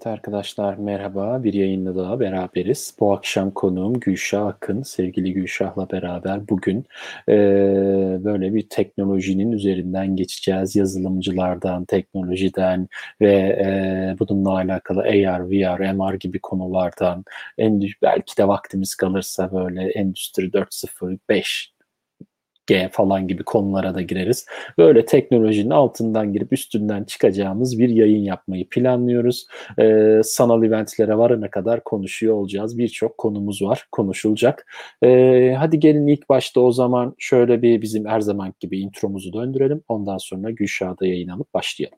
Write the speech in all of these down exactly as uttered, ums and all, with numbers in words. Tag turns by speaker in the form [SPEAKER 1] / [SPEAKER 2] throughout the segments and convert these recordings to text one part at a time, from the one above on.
[SPEAKER 1] Evet arkadaşlar merhaba. Bir yayınla daha beraberiz. Bu akşam konuğum Gülşah Akın. Sevgili Gülşah'la beraber bugün eee, böyle bir teknolojinin üzerinden geçeceğiz. Yazılımcılardan, teknolojiden ve eee, bununla alakalı A R, V R, M R gibi konulardan endü- belki de vaktimiz kalırsa böyle Endüstri dört nokta sıfır, beş G falan gibi konulara da gireriz. Böyle teknolojinin altından girip üstünden çıkacağımız bir yayın yapmayı planlıyoruz. Ee, sanal eventlere varana kadar konuşuyor olacağız. Birçok konumuz var, konuşulacak. Ee, hadi gelin ilk başta o zaman şöyle bir bizim her zaman gibi intromuzu döndürelim. Ondan sonra Gülşah'da yayın alıp başlayalım.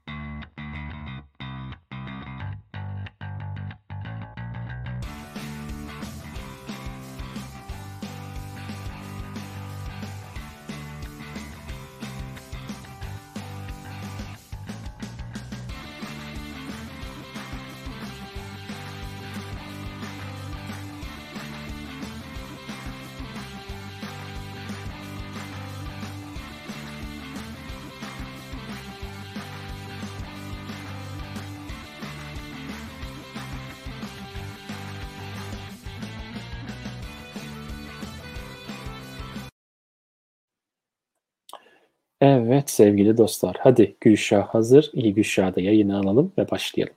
[SPEAKER 1] Evet sevgili dostlar, hadi Gülşah hazır. İyi Gülşah'da yayını alalım ve başlayalım.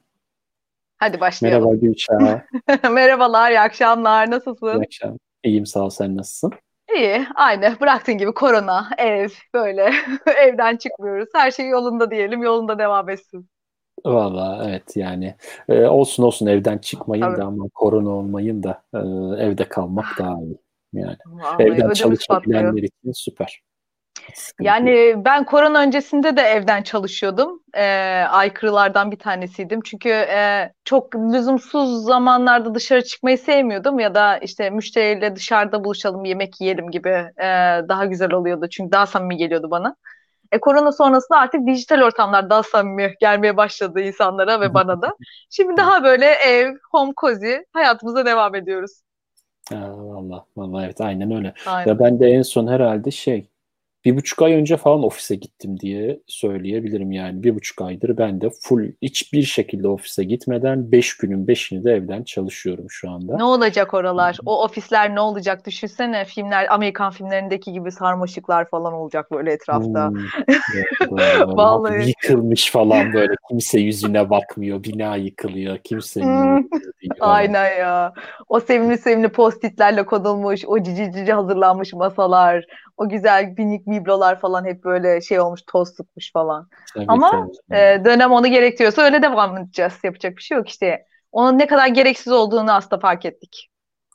[SPEAKER 2] Hadi başlayalım.
[SPEAKER 1] Merhaba Gülşah,
[SPEAKER 2] Merhabalar, iyi akşamlar.
[SPEAKER 1] iyi
[SPEAKER 2] Nasılsın?
[SPEAKER 1] akşam. İyiyim sağ ol, sen nasılsın?
[SPEAKER 2] İyi, aynı. Bıraktığın gibi korona, ev, böyle evden çıkmıyoruz. Her şey yolunda diyelim, yolunda devam etsin.
[SPEAKER 1] Valla evet yani e, olsun olsun evden çıkmayın
[SPEAKER 2] Tabii.
[SPEAKER 1] da ama korona olmayın da e, evde kalmak daha iyi. Yani
[SPEAKER 2] Vallahi
[SPEAKER 1] evden
[SPEAKER 2] ödümüz patlıyor.
[SPEAKER 1] çalışabilenler için süper. Hiç sıkıntı yok.
[SPEAKER 2] Yani ben korona öncesinde de evden çalışıyordum. Ee, aykırılardan bir tanesiydim. Çünkü e, çok lüzumsuz zamanlarda dışarı çıkmayı sevmiyordum. Ya da işte müşteriyle dışarıda buluşalım, yemek yiyelim gibi e, daha güzel oluyordu. Çünkü daha samimi geliyordu bana. E, korona sonrasında artık dijital ortamlar daha samimi gelmeye başladı insanlara ve bana da. Şimdi
[SPEAKER 1] Evet.
[SPEAKER 2] daha böyle ev, home cozy hayatımıza devam ediyoruz.
[SPEAKER 1] Ha, valla valla evet aynen öyle. Ya
[SPEAKER 2] Aynen.
[SPEAKER 1] ben de en son herhalde şey bir buçuk ay önce falan ofise gittim diye söyleyebilirim yani. Bir buçuk aydır ben de full hiçbir şekilde ofise gitmeden beş günün beşini de evden çalışıyorum şu
[SPEAKER 2] Ne
[SPEAKER 1] anda.
[SPEAKER 2] olacak oralar? O ofisler ne olacak? Düşünsene filmler, Amerikan filmlerindeki gibi sarmaşıklar falan olacak böyle etrafta.
[SPEAKER 1] Hmm, doğru, doğru, böyle hafif
[SPEAKER 2] Vallahi.
[SPEAKER 1] yıkılmış falan böyle kimse yüzüne bakmıyor, bina yıkılıyor, kimsenin
[SPEAKER 2] Hmm,
[SPEAKER 1] umurunda değil falan.
[SPEAKER 2] aynen ya. O sevimli sevimli post-itlerle konulmuş, o cici cici hazırlanmış masalar, o güzel minik biblolar falan hep böyle şey olmuş, toz tutmuş falan.
[SPEAKER 1] Tabii
[SPEAKER 2] Ama
[SPEAKER 1] tabii.
[SPEAKER 2] e, dönem onu gerektiriyorsa öyle devam edeceğiz. Yapacak bir şey yok işte. Onun ne kadar gereksiz olduğunu aslında fark ettik.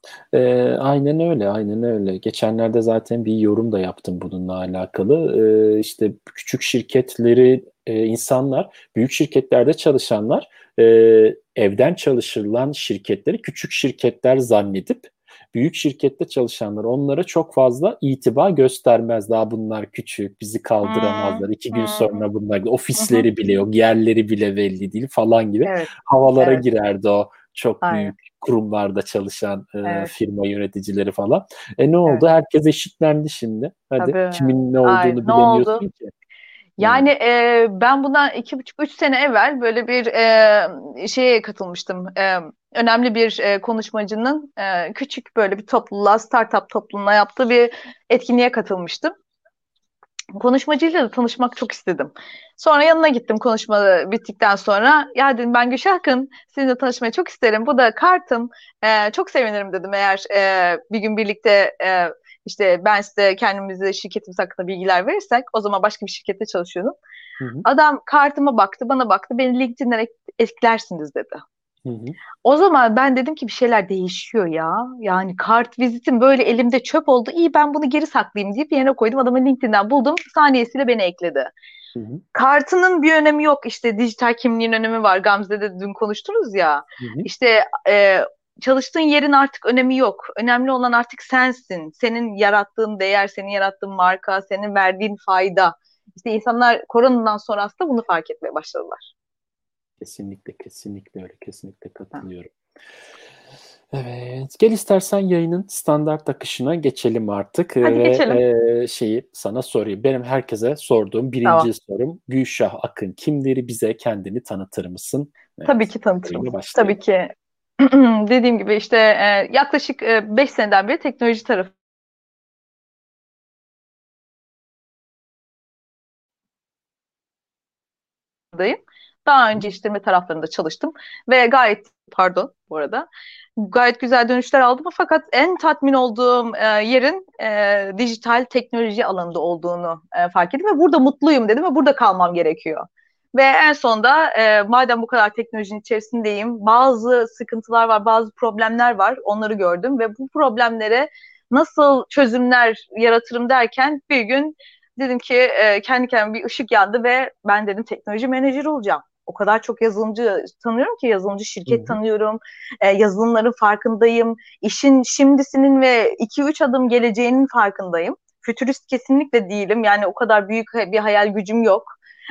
[SPEAKER 1] Ee, aynen öyle, aynen öyle. Geçenlerde zaten bir yorum da yaptım bununla alakalı. Ee, işte küçük şirketleri, e, insanlar, büyük şirketlerde çalışanlar e, evden çalışılan şirketleri küçük şirketler zannedip büyük şirkette çalışanlar onlara çok fazla itibar göstermez. Daha bunlar küçük, bizi
[SPEAKER 2] Hmm,
[SPEAKER 1] kaldıramazlar. İki gün
[SPEAKER 2] hmm,
[SPEAKER 1] sonra bunlar
[SPEAKER 2] hı hı.
[SPEAKER 1] ofisleri bile yok, yerleri bile belli değil falan gibi
[SPEAKER 2] Evet,
[SPEAKER 1] havalara
[SPEAKER 2] evet,
[SPEAKER 1] girerdi o çok
[SPEAKER 2] aynen,
[SPEAKER 1] büyük kurumlarda çalışan e,
[SPEAKER 2] evet,
[SPEAKER 1] firma yöneticileri falan. E ne
[SPEAKER 2] evet.
[SPEAKER 1] oldu? Herkes eşitlendi şimdi. Hadi.
[SPEAKER 2] Tabii.
[SPEAKER 1] Kimin ne
[SPEAKER 2] Ay,
[SPEAKER 1] olduğunu
[SPEAKER 2] ne oldu?
[SPEAKER 1] bilemiyorsun ki. Yani.
[SPEAKER 2] Yani e, ben bundan iki buçuk, üç sene evvel böyle bir e, şeye katılmıştım. E, önemli bir e, konuşmacının e, küçük böyle bir topluluğa, startup topluluğuna yaptığı bir etkinliğe katılmıştım. Konuşmacıyla da tanışmak çok istedim. Sonra yanına gittim konuşma bittikten sonra. Ya dedim ben Gülşah Akın, sizinle tanışmayı çok isterim. Bu da kartım. E, çok sevinirim dedim eğer e, bir gün birlikte e, işte ben size kendimizi şirketimiz hakkında bilgiler verirsek o zaman başka bir şirkette çalışıyordum.
[SPEAKER 1] Hı hı,
[SPEAKER 2] Adam kartıma baktı, bana baktı. Beni LinkedIn'den ek- eklersiniz dedi.
[SPEAKER 1] hı hı.
[SPEAKER 2] O zaman ben dedim ki bir şeyler değişiyor ya. Yani kart vizitim böyle elimde çöp oldu. İyi ben bunu geri saklayayım deyip yerine koydum. Adamı LinkedIn'den buldum. Saniyesiyle beni ekledi.
[SPEAKER 1] Hı hı,
[SPEAKER 2] Kartının bir önemi yok. İşte dijital kimliğin önemi var. Gamze'de dün konuştunuz ya.
[SPEAKER 1] hı hı.
[SPEAKER 2] İşte e, çalıştığın yerin artık önemi yok. Önemli olan artık sensin. Senin yarattığın değer, senin yarattığın marka, senin verdiğin fayda. İşte insanlar koronadan sonra aslında bunu fark etmeye başladılar.
[SPEAKER 1] Kesinlikle, kesinlikle öyle. Kesinlikle
[SPEAKER 2] Ha.
[SPEAKER 1] katılıyorum. Evet. Gel istersen yayının standart akışına geçelim artık
[SPEAKER 2] Hadi
[SPEAKER 1] ve
[SPEAKER 2] geçelim.
[SPEAKER 1] e, şeyi sana sorayım. Benim herkese sorduğum
[SPEAKER 2] Tamam.
[SPEAKER 1] birinci sorum Gülşah Akın kimdir? Bize kendini tanıtır mısın?
[SPEAKER 2] Tabii
[SPEAKER 1] Evet.
[SPEAKER 2] ki tanıtırım.
[SPEAKER 1] Soruyla
[SPEAKER 2] Tabii
[SPEAKER 1] başlayalım.
[SPEAKER 2] ki. Dediğim gibi işte e, yaklaşık beş seneden beri teknoloji tarafındayım. Daha önce işletme taraflarında çalıştım ve gayet, pardon bu arada, gayet güzel dönüşler aldım. Fakat en tatmin olduğum e, yerin e, dijital teknoloji alanında olduğunu e, fark ettim ve burada mutluyum dedim ve burada kalmam gerekiyor. Ve en sonda e, madem bu kadar teknolojinin içerisindeyim, bazı sıkıntılar var, bazı problemler var, onları gördüm ve bu problemlere nasıl çözümler yaratırım derken bir gün dedim ki e, kendi kendime bir ışık yandı ve ben dedim teknoloji menajeri olacağım. O kadar çok yazılımcı tanıyorum ki, yazılımcı
[SPEAKER 1] Hı
[SPEAKER 2] şirket
[SPEAKER 1] hı.
[SPEAKER 2] tanıyorum, e, yazılımların farkındayım, işin şimdisinin ve iki üç adım geleceğinin farkındayım. Fütürist kesinlikle değilim, yani o kadar büyük bir hayal gücüm yok.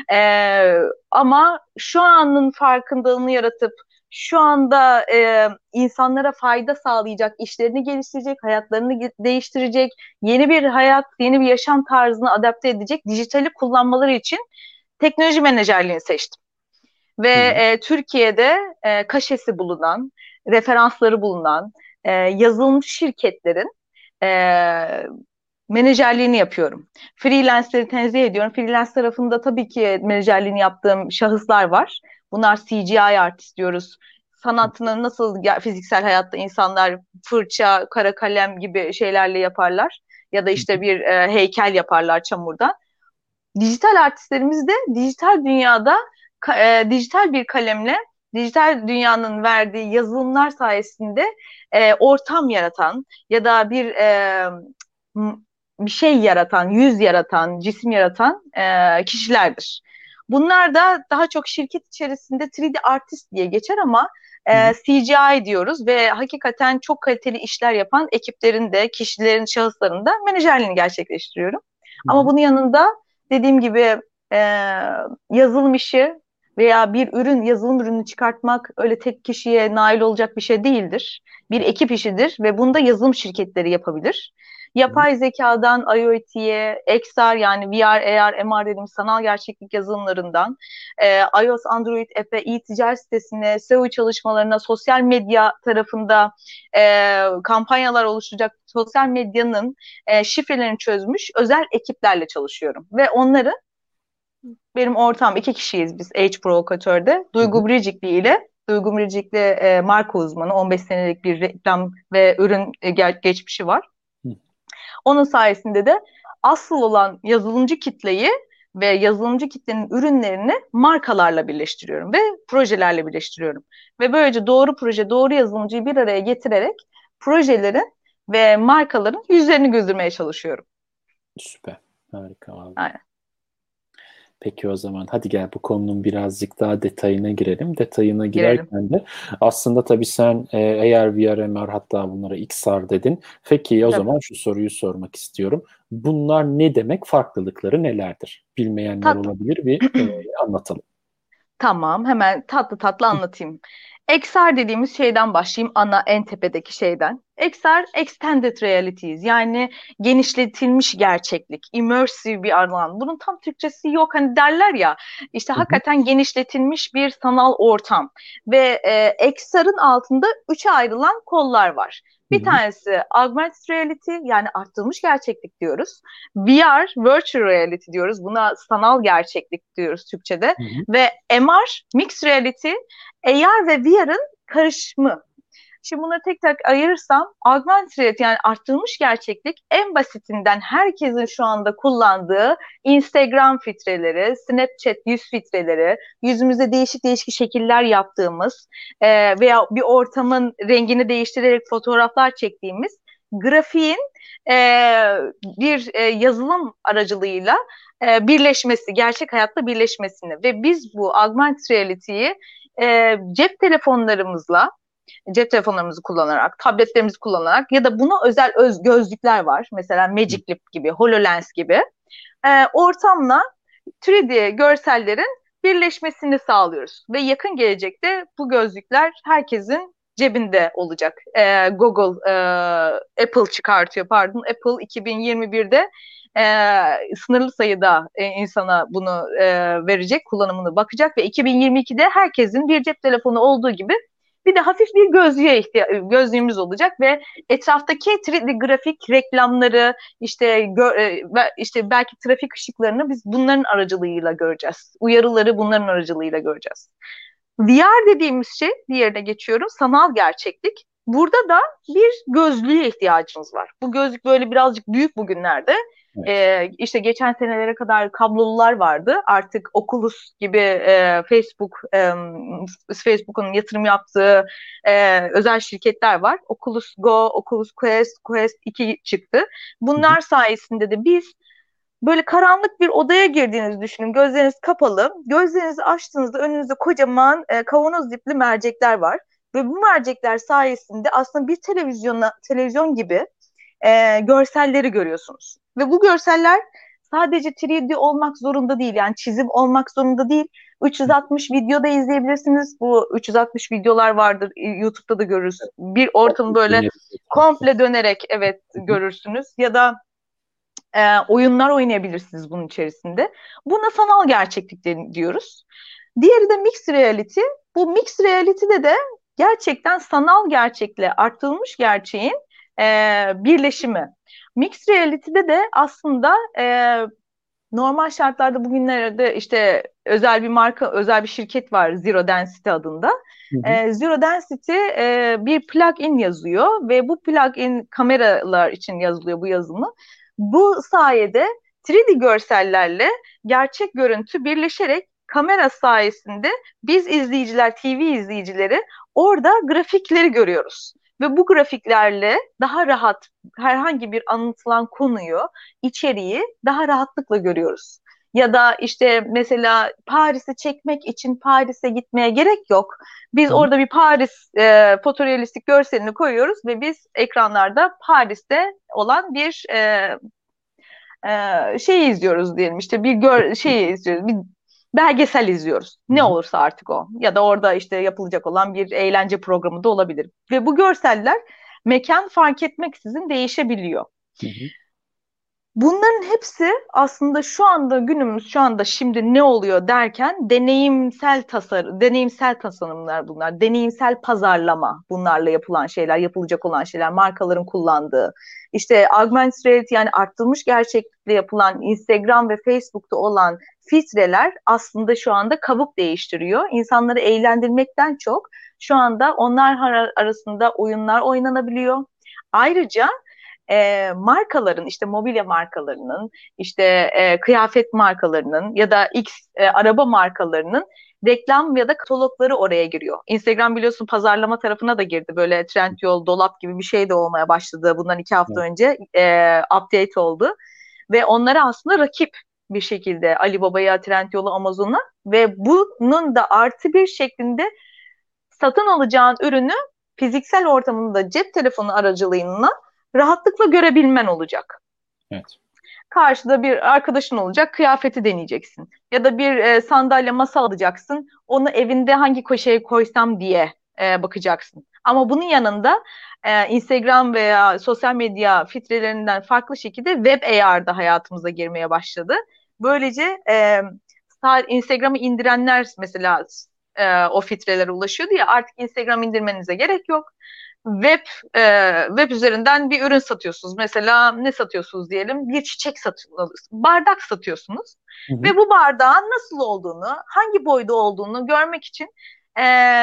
[SPEAKER 2] E, Ama şu anın farkındalığını yaratıp şu anda e, insanlara fayda sağlayacak, işlerini geliştirecek, hayatlarını değiştirecek, yeni bir hayat, yeni bir yaşam tarzını adapte edecek dijitali kullanmaları için teknoloji menajerliğini seçtim. Ve
[SPEAKER 1] Hı
[SPEAKER 2] e, Türkiye'de e, kaşesi bulunan, referansları bulunan e, yazılımcı şirketlerin e, menajerliğini yapıyorum. Freelance'leri tenzih ediyorum. Freelance tarafında tabii ki menajerliğini yaptığım şahıslar var. Bunlar C G I artist diyoruz. Sanatını nasıl fiziksel hayatta insanlar fırça, kara kalem gibi şeylerle yaparlar ya da
[SPEAKER 1] hı.
[SPEAKER 2] işte bir e, heykel yaparlar çamurdan. Dijital artistlerimiz de dijital dünyada e, dijital bir kalemle dijital dünyanın verdiği yazılımlar sayesinde e, ortam yaratan ya da bir e, bir şey yaratan, yüz yaratan, cisim yaratan e, kişilerdir. Bunlar da daha çok şirket içerisinde üç D artist diye geçer ama
[SPEAKER 1] Hı
[SPEAKER 2] e,
[SPEAKER 1] hı.
[SPEAKER 2] C G I diyoruz ve hakikaten çok kaliteli işler yapan ekiplerin de, kişilerin, şahısların da menajerliğini gerçekleştiriyorum.
[SPEAKER 1] Hı
[SPEAKER 2] Ama
[SPEAKER 1] hı.
[SPEAKER 2] bunun yanında dediğim gibi e, yazılım işi veya bir ürün, yazılım ürünü çıkartmak öyle tek kişiye nail olacak bir şey değildir. Bir ekip işidir ve bunu da yazılım şirketleri yapabilir.
[SPEAKER 1] Hı hı.
[SPEAKER 2] Yapay zekadan IoT'ye, X R yani V R, A R, M R dediğimiz sanal gerçeklik yazılımlarından, e, iOS, Android app'e, e-ticaret sitesine, S E O çalışmalarına, sosyal medya tarafında e, kampanyalar oluşturacak sosyal medyanın e, şifrelerini çözmüş özel ekiplerle çalışıyorum. Ve onları benim ortam iki kişiyiz biz H Provokatör'de.
[SPEAKER 1] Hı hı.
[SPEAKER 2] Duygu Biricikli ile Duygu Biricikli e, marka uzmanı. on beş senelik bir reklam ve ürün e, geçmişi var.
[SPEAKER 1] Hı.
[SPEAKER 2] Onun sayesinde de asıl olan yazılımcı kitleyi ve yazılımcı kitlenin ürünlerini markalarla birleştiriyorum ve projelerle birleştiriyorum. Ve böylece doğru proje, doğru yazılımcıyı bir araya getirerek projelerin ve markaların yüzlerini güldürmeye çalışıyorum.
[SPEAKER 1] Süper. Harika abi.
[SPEAKER 2] Aynen.
[SPEAKER 1] Peki o zaman hadi gel bu konunun birazcık daha detayına girelim. Detayına
[SPEAKER 2] Girelim.
[SPEAKER 1] girerken de aslında tabii sen e, A R, V R, M R hatta bunlara X R dedin. Peki o
[SPEAKER 2] Tabii.
[SPEAKER 1] zaman şu soruyu sormak istiyorum. Bunlar ne demek? Farklılıkları nelerdir? Bilmeyenler
[SPEAKER 2] Tat
[SPEAKER 1] olabilir bir e, anlatalım.
[SPEAKER 2] Tamam, hemen tatlı tatlı anlatayım. X R dediğimiz şeyden başlayayım, ana en tepedeki şeyden. X R, Extended Realities, yani genişletilmiş gerçeklik, immersive bir alan. Bunun tam Türkçesi yok, hani derler ya, işte
[SPEAKER 1] Hı hı.
[SPEAKER 2] hakikaten genişletilmiş bir sanal ortam. Ve e, X R'ın altında üçe ayrılan kollar var.
[SPEAKER 1] Hı
[SPEAKER 2] Bir
[SPEAKER 1] hı.
[SPEAKER 2] tanesi augmented reality, yani arttırılmış gerçeklik diyoruz. V R, virtual reality diyoruz. Buna sanal gerçeklik diyoruz Türkçe'de.
[SPEAKER 1] Hı hı.
[SPEAKER 2] Ve M R, Mixed Reality, A R ve V R'ın karışımı. Şimdi bunları tek tek ayırırsam, augmented reality yani arttırılmış gerçeklik en basitinden herkesin şu anda kullandığı Instagram filtreleri, Snapchat yüz filtreleri, yüzümüzde değişik değişik şekiller yaptığımız e, veya bir ortamın rengini değiştirerek fotoğraflar çektiğimiz grafiğin e, bir e, yazılım aracılığıyla e, birleşmesi, gerçek hayatta birleşmesini ve biz bu augmented reality'yi e, cep telefonlarımızla cep telefonlarımızı kullanarak, tabletlerimizi kullanarak ya da buna özel öz gözlükler var. Mesela Magic Leap gibi, HoloLens gibi. E, ortamla üç D görsellerin birleşmesini sağlıyoruz. Ve yakın gelecekte bu gözlükler herkesin cebinde olacak. E, Google, e, Apple çıkartıyor pardon. Apple iki bin yirmi birde e, sınırlı sayıda e, insana bunu e, verecek, kullanımını bakacak ve iki bin yirmi ikide herkesin bir cep telefonu olduğu gibi bir de hafif bir gözlüğe ihtiya- gözlüğümüz olacak ve etraftaki üç D grafik reklamları işte gö- e, işte belki trafik ışıklarını biz bunların aracılığıyla göreceğiz. Uyarıları bunların aracılığıyla göreceğiz. V R dediğimiz şey, diğerine geçiyorum, sanal gerçeklik. Burada da bir gözlüğe ihtiyacımız var. Bu gözlük böyle birazcık büyük bugünlerde.
[SPEAKER 1] Evet.
[SPEAKER 2] Ee, işte geçen senelere kadar kablolular vardı. Artık Oculus gibi e, Facebook, e, Facebook'un yatırım yaptığı e, özel şirketler var. Oculus Go, Oculus Quest, Quest iki çıktı. Bunlar sayesinde de biz böyle karanlık bir odaya girdiğinizi düşünün. Gözleriniz kapalı. Gözlerinizi açtığınızda önünüzde kocaman e, kavanoz dipli mercekler var. Ve bu mercekler sayesinde aslında bir televizyona, televizyon gibi e, görselleri görüyorsunuz. Ve bu görseller sadece üç D olmak zorunda değil. Yani çizim olmak zorunda değil. üç yüz altmış video da izleyebilirsiniz. Bu üç yüz altmış videolar vardır. YouTube'da da görürsünüz. Bir ortamı böyle komple dönerek evet görürsünüz. Ya da e, oyunlar oynayabilirsiniz bunun içerisinde. Buna sanal gerçeklik diyoruz. Diğeri de mixed reality. Bu mixed reality'de de gerçekten sanal gerçekle artırılmış gerçeğin e, birleşimi. Mixed reality'de de aslında e, normal şartlarda bugünlerde işte özel bir marka, özel bir şirket var Zero Density adında.
[SPEAKER 1] Hı hı.
[SPEAKER 2] E, Zero Density e, bir plug-in yazıyor ve bu plug-in kameralar için yazılıyor bu yazılımı. Bu sayede üç D görsellerle gerçek görüntü birleşerek kamera sayesinde biz izleyiciler, T V izleyicileri orada grafikleri görüyoruz. Ve bu grafiklerle daha rahat herhangi bir anlatılan konuyu, içeriği daha rahatlıkla görüyoruz. Ya da işte mesela Paris'i çekmek için Paris'e gitmeye gerek yok. Biz
[SPEAKER 1] Hı hı.
[SPEAKER 2] orada bir Paris e, fotorealistik görselini koyuyoruz ve biz ekranlarda Paris'te olan bir e, e, şeyi izliyoruz diyelim. İşte bir gör, şeyi izliyoruz, bir belgesel izliyoruz.
[SPEAKER 1] Hı
[SPEAKER 2] Ne
[SPEAKER 1] hı.
[SPEAKER 2] olursa artık o. Ya da orada işte yapılacak olan bir eğlence programı da olabilir. Ve bu görseller mekan fark etmeksizin değişebiliyor.
[SPEAKER 1] Hı hı.
[SPEAKER 2] Bunların hepsi aslında şu anda günümüz şu anda şimdi ne oluyor derken deneyimsel tasarım, deneyimsel tasarımlar bunlar. Deneyimsel pazarlama bunlarla yapılan şeyler, yapılacak olan şeyler, markaların kullandığı. İşte augmented reality yani arttırılmış gerçeklikle yapılan Instagram ve Facebook'ta olan filtreler aslında şu anda kabuk değiştiriyor. İnsanları eğlendirmekten çok şu anda onlar arasında oyunlar oynanabiliyor. Ayrıca e, markaların işte mobilya markalarının işte e, kıyafet markalarının ya da X e, araba markalarının reklam ya da katalogları oraya giriyor. Instagram biliyorsun pazarlama tarafına da girdi. Böyle Trendyol, Dolap gibi bir şey de olmaya başladı. Bundan iki hafta
[SPEAKER 1] Evet.
[SPEAKER 2] önce e, update oldu. Ve onlara aslında rakip bir şekilde Alibaba'ya, Trendyol'u, Amazon'a ve bunun da artı bir şeklinde satın alacağın ürünü fiziksel ortamında cep telefonu aracılığıyla rahatlıkla görebilmen olacak.
[SPEAKER 1] Evet.
[SPEAKER 2] Karşıda bir arkadaşın olacak, kıyafeti deneyeceksin. Ya da bir e, sandalye, masa alacaksın, onu evinde hangi köşeye koysam diye e, bakacaksın. Ama bunun yanında e, Instagram veya sosyal medya filtrelerinden farklı şekilde web A R'da hayatımıza girmeye başladı. Böylece e, Instagram'ı indirenler mesela e, o filtrelere ulaşıyordu ya artık Instagram indirmenize gerek yok. Web e, web üzerinden bir ürün satıyorsunuz. Mesela ne satıyorsunuz diyelim? Bir çiçek satıyorsunuz. Bardak satıyorsunuz.
[SPEAKER 1] Hı hı.
[SPEAKER 2] Ve bu bardağın nasıl olduğunu, hangi boyda olduğunu görmek için e,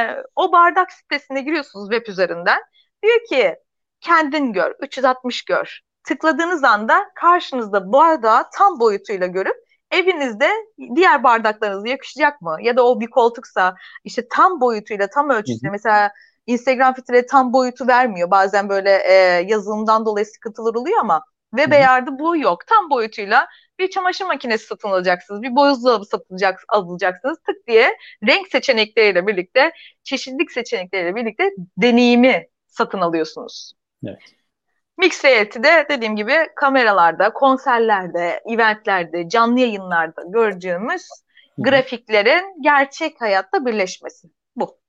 [SPEAKER 2] o bardak sitesine giriyorsunuz web üzerinden. Diyor ki kendin gör, üç yüz altmış gör. Tıkladığınız anda karşınızda bardağı tam boyutuyla görüp evinizde diğer bardaklarınıza yakışacak mı? Ya da o bir koltuksa işte tam boyutuyla, tam
[SPEAKER 1] Hı
[SPEAKER 2] ölçüsüyle
[SPEAKER 1] hı.
[SPEAKER 2] mesela Instagram filtre tam boyutu vermiyor. Bazen böyle e, yazılımdan dolayı sıkıntılar oluyor ama
[SPEAKER 1] Hı
[SPEAKER 2] web
[SPEAKER 1] hı.
[SPEAKER 2] A R'da bu yok. Tam boyutuyla bir çamaşır makinesi satın alacaksınız. Bir buzdolabı satılacak, alacaksınız. Tık diye renk seçenekleriyle birlikte, çeşitlilik seçenekleriyle birlikte deneyimi satın alıyorsunuz.
[SPEAKER 1] Evet.
[SPEAKER 2] Mixed Reality'de dediğim gibi kameralarda, konserlerde, eventlerde, canlı yayınlarda gördüğümüz
[SPEAKER 1] Hı hı.
[SPEAKER 2] grafiklerin gerçek hayatta birleşmesi. Bu.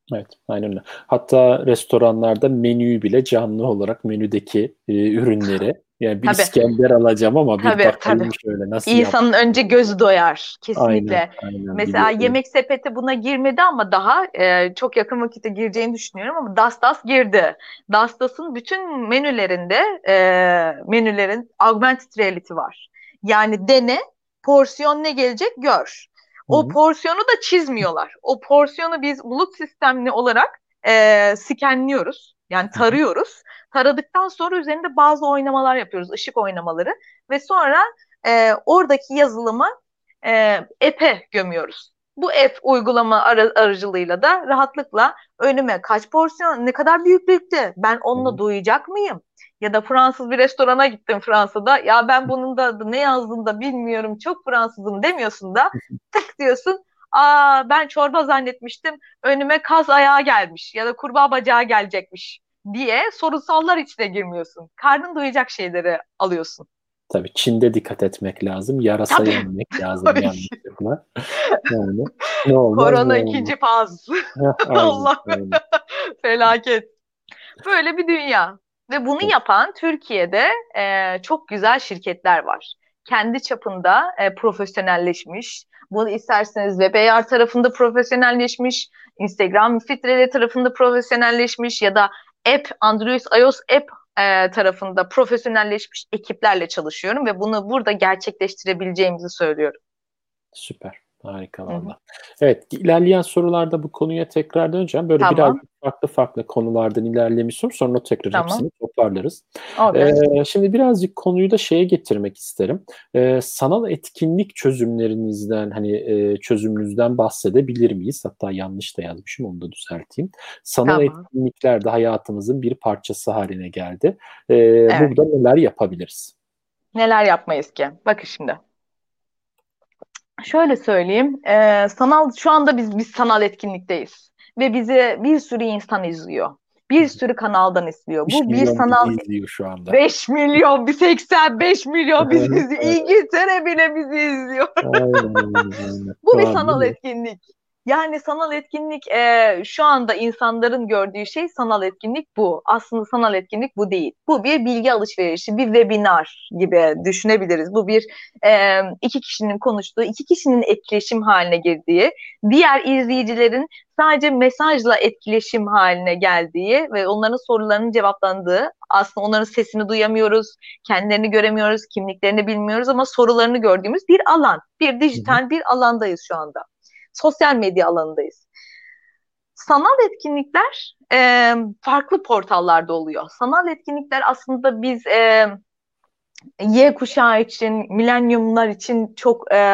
[SPEAKER 1] Evet, aynen öyle. Hatta restoranlarda menüyü bile canlı olarak menüdeki e, ürünleri, yani bir
[SPEAKER 2] Tabii,
[SPEAKER 1] İskender alacağım ama bir
[SPEAKER 2] tabii, tabii.
[SPEAKER 1] bakayım şöyle nasıl
[SPEAKER 2] İnsanın önce
[SPEAKER 1] yaptım.
[SPEAKER 2] gözü doyar.
[SPEAKER 1] Aynen,
[SPEAKER 2] Kesinlikle.
[SPEAKER 1] aynen
[SPEAKER 2] Mesela
[SPEAKER 1] biliyorum.
[SPEAKER 2] Yemek Sepeti buna girmedi ama daha e, çok yakın vakitte gireceğini düşünüyorum ama Dastas girdi. Dastas'ın bütün menülerinde e, menülerin augmented reality var. Yani dene, porsiyon ne gelecek gör. O
[SPEAKER 1] Hı.
[SPEAKER 2] porsiyonu da çizmiyorlar. O porsiyonu biz bulut sistemli olarak e, skenliyoruz. Yani
[SPEAKER 1] Hı hı.
[SPEAKER 2] tarıyoruz. Taradıktan sonra üzerinde bazı oynamalar yapıyoruz, ışık oynamaları ve sonra e, oradaki yazılımı e, app'e gömüyoruz. Bu app uygulama ar- aracılığıyla da rahatlıkla önüme kaç porsiyon, ne kadar büyüklükte, ben
[SPEAKER 1] Hı
[SPEAKER 2] onunla
[SPEAKER 1] hı.
[SPEAKER 2] doyacak mıyım? Ya da Fransız bir restorana gittim Fransa'da. Ya ben bunun da adı ne yazdığını da bilmiyorum. Çok Fransızım demiyorsun da tık diyorsun. Aa ben çorba zannetmiştim. Önüme kaz ayağı gelmiş ya da kurbağa bacağı gelecekmiş diye sorunsallar içine girmiyorsun. Karnın doyacak şeyleri alıyorsun.
[SPEAKER 1] Tabii Çin'de dikkat etmek lazım. Yarasa
[SPEAKER 2] Tabii.
[SPEAKER 1] yenmek lazım yanlışlıkla. Yani ne olmaz ne
[SPEAKER 2] Korona
[SPEAKER 1] olmaz.
[SPEAKER 2] ikinci faz.
[SPEAKER 1] Heh, aynen,
[SPEAKER 2] Allah
[SPEAKER 1] aynen.
[SPEAKER 2] felaket. Böyle bir dünya. Ve bunu
[SPEAKER 1] Evet.
[SPEAKER 2] yapan Türkiye'de e, çok güzel şirketler var. Kendi çapında e, profesyonelleşmiş. Bunu isterseniz web A R tarafında profesyonelleşmiş, Instagram filtreleri tarafında profesyonelleşmiş ya da app, Android, iOS app e, tarafında profesyonelleşmiş ekiplerle çalışıyorum ve bunu burada gerçekleştirebileceğimizi söylüyorum.
[SPEAKER 1] Süper. Harika
[SPEAKER 2] Hı hı.
[SPEAKER 1] valla. Evet, ilerleyen sorularda bu konuya tekrar döneceğim. Böyle biraz
[SPEAKER 2] Tamam,
[SPEAKER 1] farklı farklı konulardan ilerlemiş olur. Sonra tekrar
[SPEAKER 2] tamam.
[SPEAKER 1] hepsini toparlarız.
[SPEAKER 2] Okey.
[SPEAKER 1] Ee, şimdi birazcık konuyu da şeye getirmek isterim. Ee, sanal etkinlik çözümlerinizden, hani e, çözümünüzden bahsedebilir miyiz? Hatta yanlış da yazmışım, onu da düzelteyim. Sanal
[SPEAKER 2] Tamam.
[SPEAKER 1] etkinlikler de hayatımızın bir parçası haline geldi. Ee,
[SPEAKER 2] Evet.
[SPEAKER 1] burada neler yapabiliriz?
[SPEAKER 2] Neler yapmayız ki? Bakın şimdi. Şöyle söyleyeyim. E, sanal şu anda biz biz sanal etkinlikteyiz ve bizi bir sürü insan izliyor. Bir sürü kanaldan izliyor.
[SPEAKER 1] beş
[SPEAKER 2] Bu bir
[SPEAKER 1] milyon bizi
[SPEAKER 2] sanal
[SPEAKER 1] izliyor şu anda.
[SPEAKER 2] beş milyon, bir seksen beş milyon bizi izliyor. İngiltere bile bizi izliyor.
[SPEAKER 1] Aynen aynen aynen.
[SPEAKER 2] Bu
[SPEAKER 1] Şu
[SPEAKER 2] bir
[SPEAKER 1] an değil
[SPEAKER 2] sanal
[SPEAKER 1] mi?
[SPEAKER 2] etkinlik. Yani sanal etkinlik e, şu anda insanların gördüğü şey sanal etkinlik bu. Aslında sanal etkinlik bu değil. Bu bir bilgi alışverişi, bir webinar gibi düşünebiliriz. Bu bir e, iki kişinin konuştuğu, iki kişinin etkileşim haline girdiği, diğer izleyicilerin sadece mesajla etkileşim haline geldiği ve onların sorularının cevaplandığı, aslında onların sesini duyamıyoruz, kendilerini göremiyoruz, kimliklerini bilmiyoruz ama sorularını gördüğümüz bir alan, bir
[SPEAKER 1] Hı hı.
[SPEAKER 2] dijital bir alandayız şu anda. Sosyal medya alanındayız. Sanal etkinlikler e, farklı portallarda oluyor. Sanal etkinlikler aslında biz e, Y kuşağı için, milenyumlar için çok e,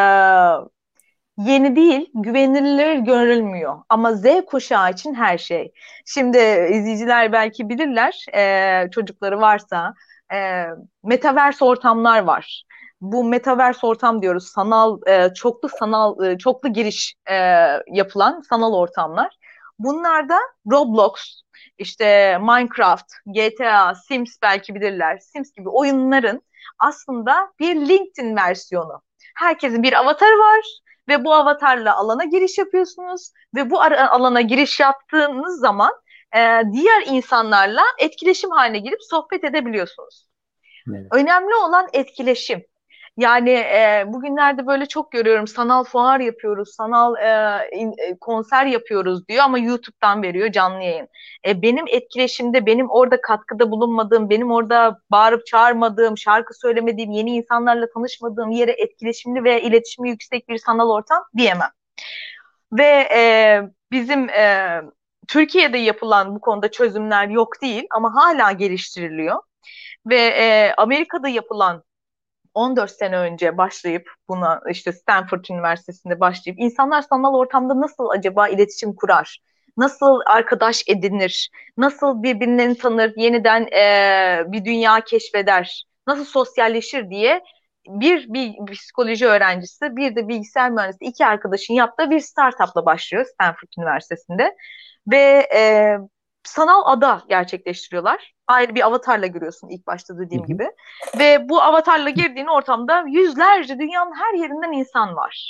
[SPEAKER 2] yeni değil, güvenilir görülmüyor. Ama Z kuşağı için her şey. Şimdi izleyiciler belki bilirler, e, çocukları varsa, e, metaverse ortamlar var. Bu metaverse ortam diyoruz, sanal, e, çoklu sanal, e, çoklu giriş e, yapılan sanal ortamlar. Bunlarda Roblox, işte Minecraft, G T A, Sims belki bilirler. Sims gibi oyunların aslında bir LinkedIn versiyonu. Herkesin bir avatarı var ve bu avatarla alana giriş yapıyorsunuz ve bu alana giriş yaptığınız zaman e, diğer insanlarla etkileşim haline girip sohbet edebiliyorsunuz.
[SPEAKER 1] Evet.
[SPEAKER 2] Önemli olan etkileşim. Yani e, bugünlerde böyle çok görüyorum, sanal fuar yapıyoruz, sanal e, in, e, konser yapıyoruz diyor ama YouTube'dan veriyor canlı yayın. E, benim etkileşimde, benim orada katkıda bulunmadığım, benim orada bağırıp çağırmadığım, şarkı söylemediğim, yeni insanlarla tanışmadığım yere etkileşimli ve iletişimi yüksek bir sanal ortam diyemem. Ve e, bizim e, Türkiye'de yapılan bu konuda çözümler yok değil ama hala geliştiriliyor. Ve e, Amerika'da yapılan on dört sene önce başlayıp buna işte Stanford Üniversitesi'nde başlayıp insanlar sanal ortamda nasıl acaba iletişim kurar? Nasıl arkadaş edinir? Nasıl birbirlerini tanır? Yeniden e, bir dünya keşfeder? Nasıl sosyalleşir diye bir, bir psikoloji öğrencisi, bir de bilgisayar mühendisi iki arkadaşın yaptığı bir startupla başlıyor Stanford Üniversitesi'nde. Ve e, sanal ada gerçekleştiriyorlar. Ayrı bir avatarla görüyorsun ilk başta
[SPEAKER 1] Hı
[SPEAKER 2] dediğim
[SPEAKER 1] hı.
[SPEAKER 2] gibi. Ve bu avatarla girdiğin ortamda yüzlerce dünyanın her yerinden insan var.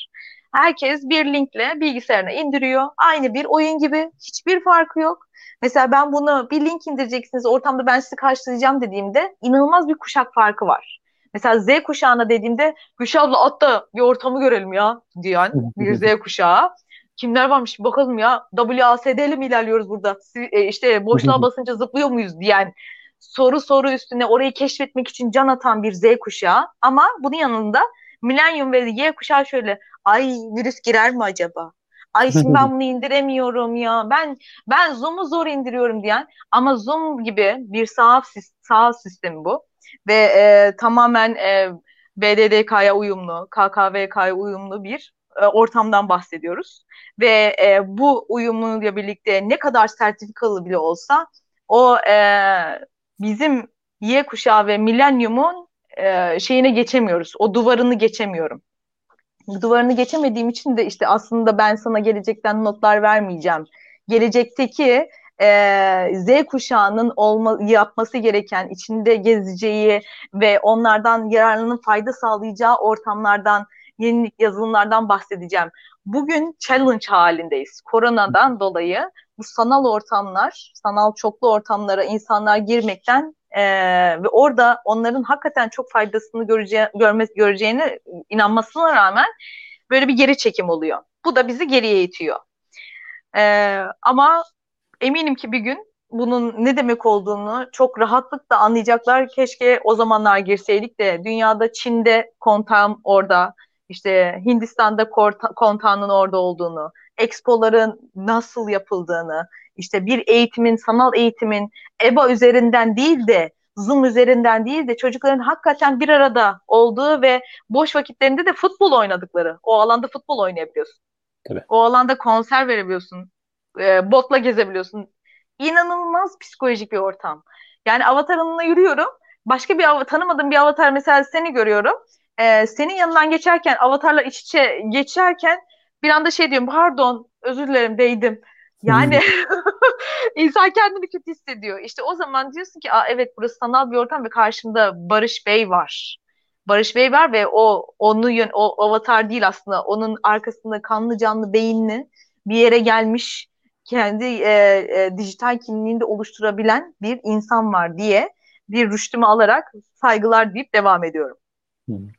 [SPEAKER 2] Herkes bir linkle bilgisayarına indiriyor. Aynı bir oyun gibi. Hiçbir farkı yok. Mesela ben bunu bir link indireceksiniz ortamda ben sizi karşılayacağım dediğimde inanılmaz bir kuşak farkı var. Mesela Z kuşağına dediğimde Gülşah abla at bir ortamı görelim ya diyen bir Z kuşağı. Kimler varmış bakalım ya W A S D ile mi ilerliyoruz burada? E, işte boşluğa basınca zıplıyor muyuz diyen soru soru üstüne orayı keşfetmek için can atan bir Z kuşağı. Ama bunun yanında Milenyum ve Y kuşağı şöyle ay virüs girer mi acaba? Ay şimdi ben bunu indiremiyorum ya. Ben ben Zoom'u zor indiriyorum diyen ama Zoom gibi bir sanal, sanal sistemi bu. Ve e, tamamen e, B D D K'ya uyumlu, K K V K'ya uyumlu bir e, ortamdan bahsediyoruz. Ve e, bu uyumluyla birlikte ne kadar sertifikalı bile olsa o e, bizim Y kuşağı ve milenyumun e, şeyine geçemiyoruz. O duvarını geçemiyorum. Duvarını geçemediğim için de işte aslında ben sana gelecekten notlar vermeyeceğim. Gelecekteki e, Z kuşağının olma, yapması gereken, içinde gezeceği ve onlardan yararlanıp fayda sağlayacağı ortamlardan, yenilik yazılımlardan bahsedeceğim. Bugün challenge halindeyiz. Koronadan dolayı bu sanal ortamlar, sanal çoklu ortamlara insanlar girmekten e, ve orada onların hakikaten çok faydasını görece görmesi, göreceğine inanmasına rağmen böyle bir geri çekim oluyor. Bu da bizi geriye itiyor. Ee, ama eminim ki bir gün bunun ne demek olduğunu çok rahatlıkla anlayacaklar. Keşke o zamanlar girseydik de dünyada Çin'de kontağım orada, işte Hindistan'da kontağının orada olduğunu, expoların nasıl yapıldığını, işte bir eğitimin, sanal eğitimin E B A üzerinden değil de Zoom üzerinden değil de çocukların hakikaten bir arada olduğu ve boş vakitlerinde de futbol oynadıkları. O alanda futbol oynayabiliyorsun.
[SPEAKER 1] Tabii.
[SPEAKER 2] O alanda konser verebiliyorsun. E, botla gezebiliyorsun. İnanılmaz psikolojik bir ortam. Yani avatarımla yürüyorum. Başka bir av- tanımadığım bir avatar mesela seni görüyorum. E, senin yanından geçerken avatarla iç içe geçerken bir anda şey diyorum pardon özür dilerim değdim. Yani insan kendini kötü hissediyor. İşte o zaman diyorsun ki aa, evet burası sanal bir ortam ve karşımda Barış Bey var. Barış Bey var ve o onu yön, o avatar değil aslında. Onun arkasında kanlı canlı beyinli bir yere gelmiş kendi e, e, dijital kimliğini de oluşturabilen bir insan var diye bir rüştümü alarak saygılar deyip devam ediyorum.
[SPEAKER 1] Hmm.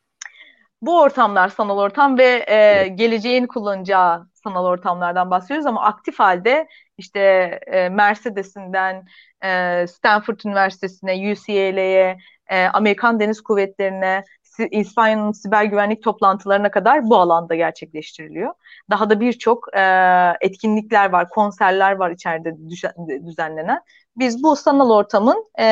[SPEAKER 2] Bu ortamlar sanal ortam ve e, geleceğin kullanacağı sanal ortamlardan bahsediyoruz ama aktif halde işte e, Mercedes'inden e, Stanford Üniversitesi'ne, U C L A'ye, e, Amerikan Deniz Kuvvetleri'ne, İspanya'nın siber güvenlik toplantılarına kadar bu alanda gerçekleştiriliyor. Daha da birçok e, etkinlikler var, konserler var içeride düzenlenen. Biz bu sanal ortamın e,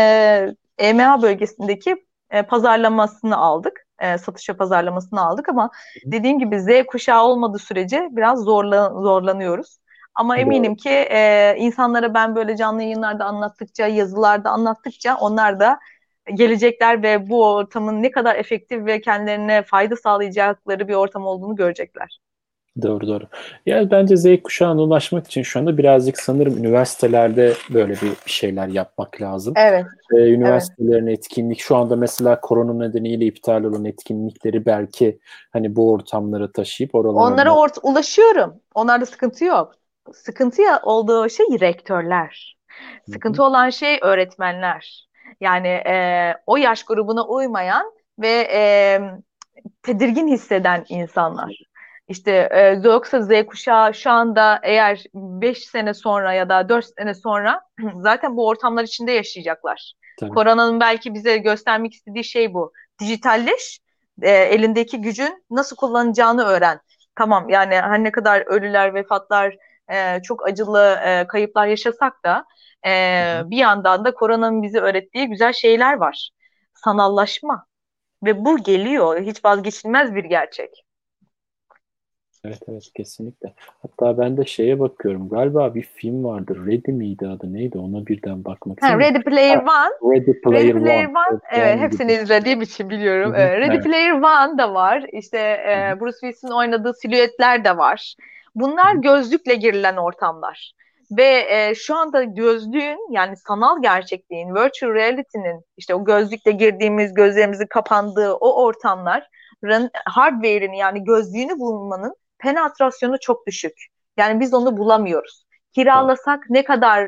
[SPEAKER 2] E M A bölgesindeki e, pazarlamasını aldık. E, satışa pazarlamasını aldık ama dediğim gibi Z kuşağı olmadığı sürece biraz zorla, zorlanıyoruz. Ama
[SPEAKER 1] Doğru.
[SPEAKER 2] eminim ki e, insanlara ben böyle canlı yayınlarda anlattıkça, yazılarda anlattıkça onlar da gelecekler ve bu ortamın ne kadar efektif ve kendilerine fayda sağlayacakları bir ortam olduğunu görecekler.
[SPEAKER 1] Doğru doğru. Yani bence Z kuşağına ulaşmak için şu anda birazcık sanırım üniversitelerde böyle bir, bir şeyler yapmak lazım.
[SPEAKER 2] Evet,
[SPEAKER 1] Ee,
[SPEAKER 2] evet.
[SPEAKER 1] üniversitelerin etkinlik şu anda mesela korona nedeniyle iptal olan etkinlikleri belki hani bu ortamlara taşıyıp
[SPEAKER 2] Onlara
[SPEAKER 1] oralarda.
[SPEAKER 2] ort ulaşıyorum. Onlarda sıkıntı yok. Sıkıntı ya- olduğu şey rektörler.
[SPEAKER 1] Hı hı.
[SPEAKER 2] Sıkıntı olan şey öğretmenler. Yani e, o yaş grubuna uymayan ve e, tedirgin hisseden insanlar. İşte e, yoksa Z kuşağı şu anda eğer beş sene sonra ya da dört sene sonra zaten bu ortamlar içinde yaşayacaklar.
[SPEAKER 1] Tabii.
[SPEAKER 2] Koronanın belki bize göstermek istediği şey bu. Dijitalleş, e, elindeki gücün nasıl kullanacağını öğren. Tamam yani her ne kadar ölüler, vefatlar, e, çok acılı e, kayıplar yaşasak da e,
[SPEAKER 1] Hı hı.
[SPEAKER 2] bir yandan da koronanın bize öğrettiği güzel şeyler var. Sanallaşma. Ve bu geliyor. Hiç vazgeçilmez bir gerçek.
[SPEAKER 1] Evet evet kesinlikle. Hatta ben de şeye bakıyorum. Galiba bir film vardı. Ready miydi adı neydi? Ona birden bakmak
[SPEAKER 2] Ha,
[SPEAKER 1] istedim.
[SPEAKER 2] Ready Player
[SPEAKER 1] Ha,
[SPEAKER 2] One.
[SPEAKER 1] Ready
[SPEAKER 2] Ready
[SPEAKER 1] Player
[SPEAKER 2] Player
[SPEAKER 1] One.
[SPEAKER 2] One.
[SPEAKER 1] Evet,
[SPEAKER 2] Evet,
[SPEAKER 1] onun
[SPEAKER 2] hepsini
[SPEAKER 1] gibi.
[SPEAKER 2] izlediğim için biliyorum.
[SPEAKER 1] Hı hı.
[SPEAKER 2] Evet, Ready
[SPEAKER 1] Evet.
[SPEAKER 2] Player One da var. İşte
[SPEAKER 1] Hı hı.
[SPEAKER 2] e, Bruce Willis'in oynadığı silüetler de var.
[SPEAKER 1] Hı
[SPEAKER 2] Bunlar
[SPEAKER 1] hı.
[SPEAKER 2] gözlükle girilen ortamlar. Ve e, şu anda gözlüğün yani sanal gerçekliğin, virtual reality'nin işte o gözlükle girdiğimiz, gözlerimizin kapandığı o ortamların hardware'ini yani gözlüğünü bulmanın penetrasyonu çok düşük. Yani biz onu bulamıyoruz.
[SPEAKER 1] Doğru.
[SPEAKER 2] Kiralasak ne kadar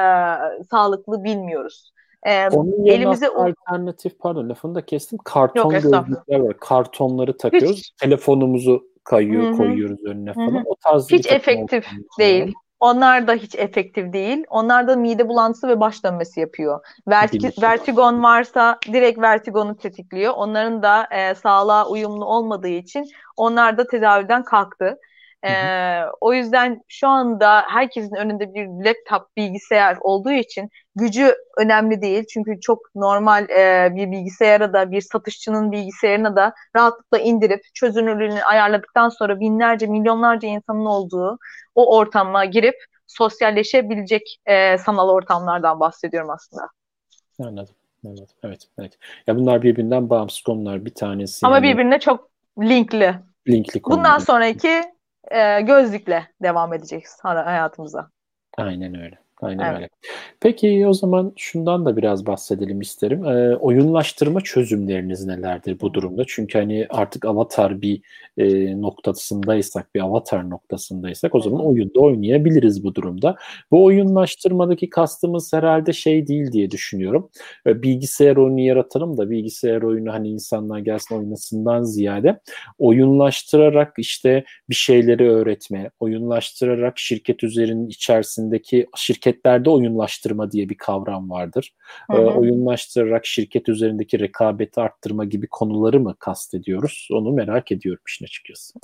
[SPEAKER 2] e, sağlıklı bilmiyoruz. E,
[SPEAKER 1] Onun yerine
[SPEAKER 2] elimize
[SPEAKER 1] aslında
[SPEAKER 2] u-
[SPEAKER 1] alternatif, pardon lafını da kestim.
[SPEAKER 2] Yok,
[SPEAKER 1] Karton
[SPEAKER 2] estağfurullah.
[SPEAKER 1] gözlükler var. Kartonları takıyoruz.
[SPEAKER 2] Hiç.
[SPEAKER 1] Telefonumuzu
[SPEAKER 2] Hı
[SPEAKER 1] kayıyor,
[SPEAKER 2] hı.
[SPEAKER 1] koyuyoruz önüne
[SPEAKER 2] Hı
[SPEAKER 1] falan.
[SPEAKER 2] hı.
[SPEAKER 1] O tarz bir
[SPEAKER 2] Hiç
[SPEAKER 1] takım
[SPEAKER 2] efektif
[SPEAKER 1] ortamlar var ama
[SPEAKER 2] değil. Onlar da hiç efektif değil. Onlar da mide bulantısı ve baş dönmesi yapıyor. Verti
[SPEAKER 1] bilmiyorum.
[SPEAKER 2] vertigon varsa direkt vertigonu tetikliyor. Onların da e, sağlığa uyumlu olmadığı için onlar da tedaviden kalktı. E,
[SPEAKER 1] Hı hı.
[SPEAKER 2] O yüzden şu anda herkesin önünde bir laptop, bilgisayar olduğu için gücü önemli değil. Çünkü çok normal e, bir bilgisayara da, bir satışçının bilgisayarına da rahatlıkla indirip çözünürlüğünü ayarladıktan sonra binlerce, milyonlarca insanın olduğu o ortama girip sosyalleşebilecek e, sanal ortamlardan bahsediyorum aslında.
[SPEAKER 1] Anladım. Anladım. Evet, evet. Ya bunlar birbirinden bağımsız konular. Bir tanesi
[SPEAKER 2] Ama
[SPEAKER 1] hani
[SPEAKER 2] birbirine çok linkli.
[SPEAKER 1] linkli
[SPEAKER 2] Bundan
[SPEAKER 1] konular.
[SPEAKER 2] sonraki e, gözlükle devam edeceğiz hayatımıza.
[SPEAKER 1] Aynen öyle. Aynen
[SPEAKER 2] Evet.
[SPEAKER 1] öyle. Peki o zaman şundan da biraz bahsedelim isterim. Ee, oyunlaştırma çözümleriniz nelerdir bu durumda? Çünkü hani artık avatar bir e, noktasındaysak, bir avatar noktasındaysak o
[SPEAKER 2] Hı
[SPEAKER 1] zaman
[SPEAKER 2] hı.
[SPEAKER 1] oyunda oynayabiliriz bu durumda. Bu oyunlaştırmadaki kastımız herhalde şey değil diye düşünüyorum. Ee, bilgisayar oyunu yaratalım da bilgisayar oyunu hani insanlar gelsin oynasından ziyade oyunlaştırarak işte bir şeyleri öğretme, oyunlaştırarak şirket üzerinin içerisindeki şirketlerde oyunlaştırma diye bir kavram vardır.
[SPEAKER 2] Hı
[SPEAKER 1] E,
[SPEAKER 2] hı.
[SPEAKER 1] oyunlaştırarak şirket üzerindeki rekabeti arttırma gibi konuları mı kastediyoruz? Onu merak ediyorum işin açıkçası.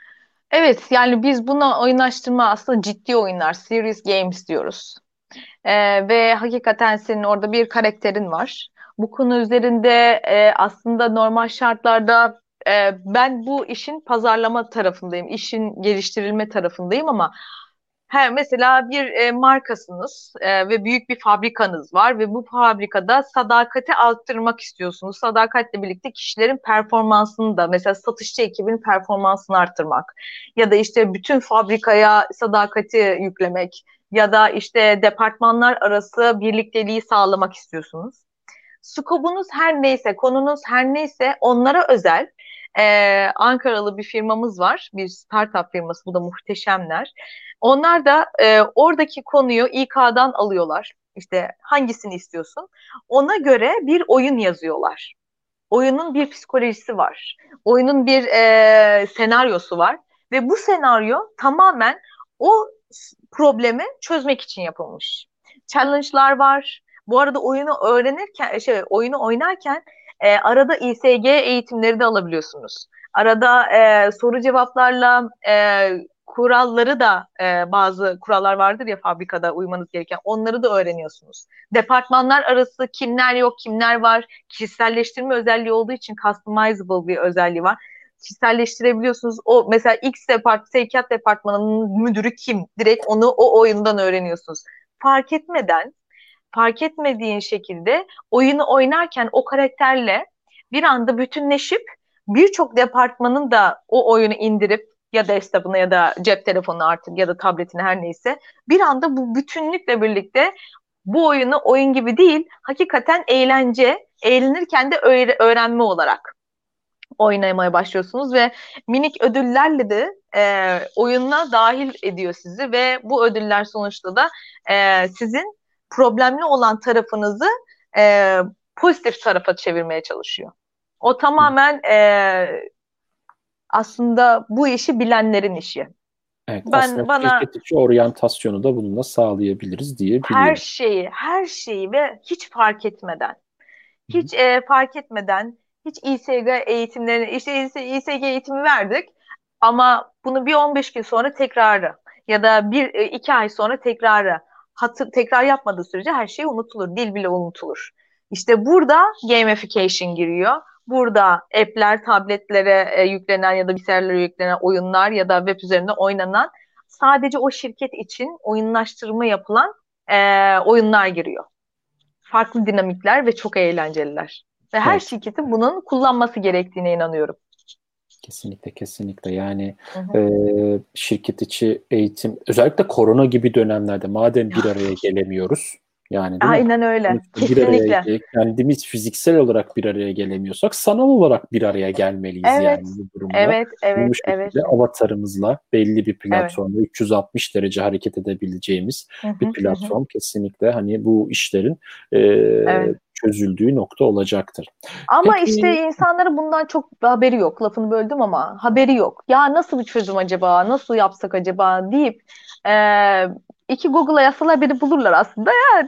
[SPEAKER 2] Evet, yani biz buna oyunlaştırma aslında ciddi oyunlar, serious games diyoruz. Ee, ve hakikaten senin orada bir karakterin var. Bu konu üzerinde e, aslında normal şartlarda e, ben bu işin pazarlama tarafındayım, işin geliştirilme tarafındayım ama he, mesela bir e, markasınız e, ve büyük bir fabrikanız var ve bu fabrikada sadakati arttırmak istiyorsunuz. Sadakatle birlikte kişilerin performansını da mesela satışçı ekibin performansını arttırmak ya da işte bütün fabrikaya sadakati yüklemek ya da işte departmanlar arası birlikteliği sağlamak istiyorsunuz. Skobunuz her neyse, konunuz her neyse onlara özel e, Ankaralı bir firmamız var. Bir startup firması, bu da muhteşemler. Onlar da e, oradaki konuyu İK'dan alıyorlar. İşte hangisini istiyorsun? Ona göre bir oyun yazıyorlar. Oyunun bir psikolojisi var. Oyunun bir e, senaryosu var. Ve bu senaryo tamamen o problemi çözmek için yapılmış. Challenge'lar var. Bu arada oyunu öğrenirken, şey, oyunu oynarken e, arada İ S G eğitimleri de alabiliyorsunuz. Arada e, soru cevaplarla e, kuralları da e, bazı kurallar vardır ya fabrikada uymanız gereken onları da öğreniyorsunuz. Departmanlar arası kimler yok kimler var kişiselleştirme özelliği olduğu için customizable bir özelliği var. Kişiselleştirebiliyorsunuz. O mesela X depart sevkiyat departmanının müdürü kim? Direkt onu o oyundan öğreniyorsunuz. Fark etmeden, fark etmediğin şekilde oyunu oynarken o karakterle bir anda bütünleşip birçok departmanın da o oyunu indirip ya desktop'una ya da cep telefonu artık ya da tabletine her neyse bir anda bu bütünlükle birlikte bu oyunu oyun gibi değil, hakikaten eğlence, eğlenirken de öğrenme olarak oynamaya başlıyorsunuz ve minik ödüllerle de e, oyuna dahil ediyor sizi ve bu ödüller sonuçta da e, sizin problemli olan tarafınızı e, pozitif tarafa çevirmeye çalışıyor. O tamamen e, aslında bu işi bilenlerin işi.
[SPEAKER 1] Evet, aslında
[SPEAKER 2] Ben bana
[SPEAKER 1] şirket içi oryantasyonu da bununla sağlayabiliriz
[SPEAKER 2] her
[SPEAKER 1] diyebilirim.
[SPEAKER 2] şeyi, her şeyi ve hiç fark etmeden
[SPEAKER 1] Hı hı.
[SPEAKER 2] hiç e, fark etmeden hiç İ S G eğitimlerini işte İ S G eğitimi verdik ama bunu bir on beş gün sonra tekrarı ya da bir e, iki ay sonra tekrarı hatır, tekrar yapmadığı sürece her şey unutulur. Dil bile unutulur. İşte burada gamification giriyor. Burada app'ler, tabletlere e, yüklenen ya da bilgisayarlara yüklenen oyunlar ya da web üzerinde oynanan sadece o şirket için oyunlaştırma yapılan e, oyunlar giriyor. Farklı dinamikler ve çok eğlenceliler. Ve her
[SPEAKER 1] Evet.
[SPEAKER 2] şirketin bunun kullanması gerektiğine inanıyorum.
[SPEAKER 1] Kesinlikle, kesinlikle. Yani
[SPEAKER 2] Hı hı.
[SPEAKER 1] e, şirket içi eğitim, özellikle korona gibi dönemlerde madem bir araya gelemiyoruz, Yani değil mi?
[SPEAKER 2] Aynen öyle.
[SPEAKER 1] Sonuçta bir araya
[SPEAKER 2] Kesinlikle.
[SPEAKER 1] ge- kendimiz fiziksel olarak bir araya gelemiyorsak sanal olarak bir araya gelmeliyiz yani
[SPEAKER 2] Evet.
[SPEAKER 1] bu durumda.
[SPEAKER 2] Evet,
[SPEAKER 1] Bu
[SPEAKER 2] evet, evet.
[SPEAKER 1] şekilde avatarımızla belli bir
[SPEAKER 2] Evet.
[SPEAKER 1] platformda üç yüz altmış derece hareket edebileceğimiz
[SPEAKER 2] Hı
[SPEAKER 1] bir
[SPEAKER 2] hı, hı hı.
[SPEAKER 1] platform kesinlikle hani bu işlerin e,
[SPEAKER 2] Evet.
[SPEAKER 1] çözüldüğü nokta olacaktır.
[SPEAKER 2] Ama
[SPEAKER 1] Peki.
[SPEAKER 2] işte insanların bundan çok haberi yok. Lafını böldüm ama haberi yok. Ya nasıl bir çözüm acaba? Nasıl yapsak acaba deyip e, iki Google'a yazsalar beni bulurlar aslında yani.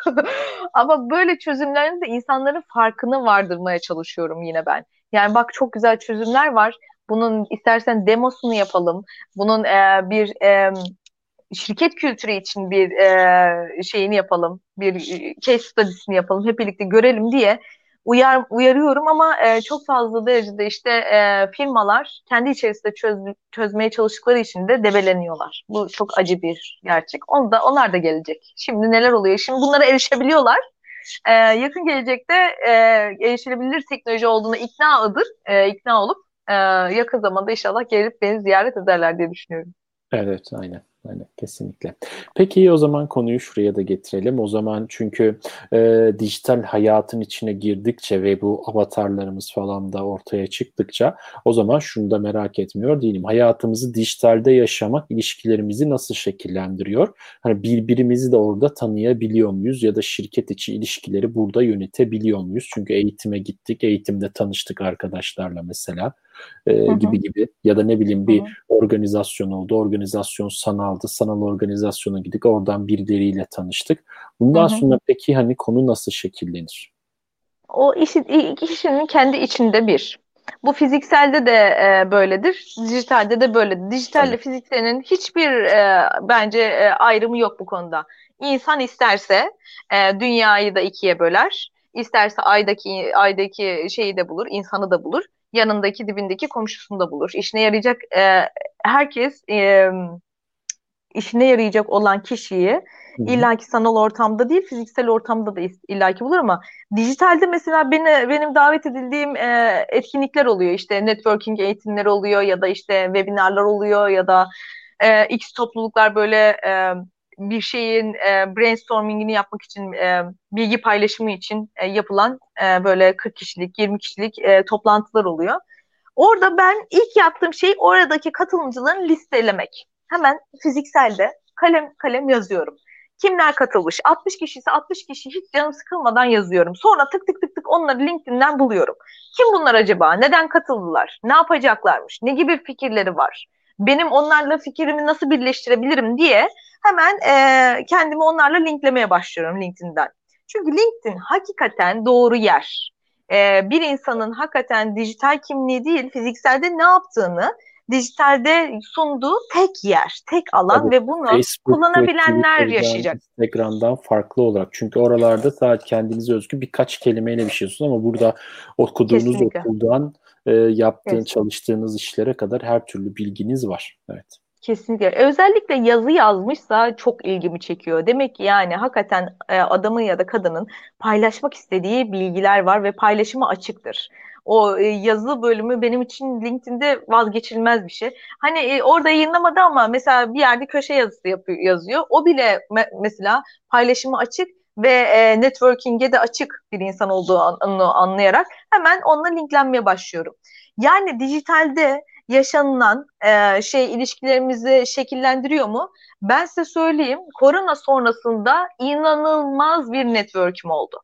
[SPEAKER 2] Ama böyle çözümlerin de insanların farkına vardırmaya çalışıyorum yine ben. Yani bak çok güzel çözümler var. Bunun istersen demosunu yapalım. Bunun e, bir e, şirket kültürü için bir e, şeyini yapalım, bir e, case study'sini yapalım, hep birlikte görelim diye uyar, uyarıyorum ama e, çok fazla derecede işte e, firmalar kendi içerisinde çöz, çözmeye çalıştıkları için de debeleniyorlar. Bu çok acı bir gerçek. Onu da, onlar da gelecek. Şimdi neler oluyor? Şimdi bunlara erişebiliyorlar. E, yakın gelecekte e, erişilebilir teknoloji olduğuna iknadır, e, ikna olup e, yakın zamanda inşallah gelip beni ziyaret ederler diye düşünüyorum.
[SPEAKER 1] Evet, aynen. Aynen, kesinlikle. Peki o zaman konuyu şuraya da getirelim. O zaman çünkü e, dijital hayatın içine girdikçe ve bu avatarlarımız falan da ortaya çıktıkça o zaman şunu da merak etmiyor değilim. Hayatımızı dijitalde yaşamak ilişkilerimizi nasıl şekillendiriyor? Hani birbirimizi de orada tanıyabiliyor muyuz ya da şirket içi ilişkileri burada yönetebiliyor muyuz? Çünkü eğitime gittik, eğitimde tanıştık arkadaşlarla mesela
[SPEAKER 2] Hı
[SPEAKER 1] e,
[SPEAKER 2] hı,
[SPEAKER 1] gibi gibi ya da ne bileyim
[SPEAKER 2] hı
[SPEAKER 1] bir
[SPEAKER 2] hı,
[SPEAKER 1] organizasyon oldu. Organizasyon sanaldı. Sanal organizasyona gittik. Oradan birileriyle tanıştık.
[SPEAKER 2] hı
[SPEAKER 1] Bundan
[SPEAKER 2] hı.
[SPEAKER 1] sonra peki hani konu nasıl şekillenir?
[SPEAKER 2] O işi, iki kişinin kendi içinde bir. Bu fizikselde de e, böyledir, dijitalde de böyledir.
[SPEAKER 1] Tabii.
[SPEAKER 2] Dijitalle fizikselin hiçbir e, bence e, ayrımı yok bu konuda. İnsan isterse e, dünyayı da ikiye böler, isterse aydaki aydaki şeyi de bulur, insanı da bulur, yanındaki dibindeki komşusunu da bulur. İşine yarayacak e, herkes e, işine yarayacak olan kişiyi
[SPEAKER 1] Hı hı.
[SPEAKER 2] illaki sanal ortamda değil fiziksel ortamda da illaki bulur ama dijitalde mesela beni, benim davet edildiğim e, etkinlikler oluyor. İşte networking eğitimleri oluyor ya da işte webinarlar oluyor ya da e, X topluluklar böyle e, bir şeyin e, brainstormingini yapmak için e, bilgi paylaşımı için e, yapılan e, böyle kırk kişilik yirmi kişilik e, toplantılar oluyor. Orada ben ilk yaptığım şey oradaki katılımcıların listelemek. Hemen fizikselde kalem kalem yazıyorum. Kimler katılmış? altmış kişi ise altmış kişi hiç canım sıkılmadan yazıyorum. Sonra tık tık tık tık onları LinkedIn'den buluyorum. Kim bunlar acaba? Neden katıldılar? Ne yapacaklarmış? Ne gibi fikirleri var? Benim onlarla fikrimi nasıl birleştirebilirim diye hemen e, kendimi onlarla linklemeye başlıyorum LinkedIn'den. Çünkü LinkedIn hakikaten doğru yer, e, bir insanın hakikaten dijital kimliği değil, fizikselde ne yaptığını dijitalde sunduğu tek yer, tek alan
[SPEAKER 1] Tabii.
[SPEAKER 2] ve bunu
[SPEAKER 1] Facebook ve
[SPEAKER 2] kullanabilenler
[SPEAKER 1] Twitter'dan,
[SPEAKER 2] yaşayacak.
[SPEAKER 1] Instagram'dan farklı olarak. Çünkü oralarda sadece kendinize özgü birkaç kelimeyle bir şey yazıyorsunuz ama burada okuduğunuz
[SPEAKER 2] Kesinlikle.
[SPEAKER 1] okuldan e, yaptığın,
[SPEAKER 2] Yes.
[SPEAKER 1] çalıştığınız işlere kadar her türlü bilginiz var. Evet.
[SPEAKER 2] Kesinlikle. Özellikle yazı yazmışsa çok ilgimi çekiyor. Demek ki yani hakikaten e, adamın ya da kadının paylaşmak istediği bilgiler var ve paylaşıma açıktır. O e, yazı bölümü benim için LinkedIn'de vazgeçilmez bir şey. Hani e, orada yayınlamadı ama mesela bir yerde köşe yazısı yapıyor, yazıyor. O bile me- mesela paylaşıma açık ve e, networking'e de açık bir insan olduğunu anlayarak hemen onunla linklenmeye başlıyorum. Yani dijitalde yaşanılan e, şey ilişkilerimizi şekillendiriyor mu? Ben size söyleyeyim, korona sonrasında inanılmaz bir network'üm oldu.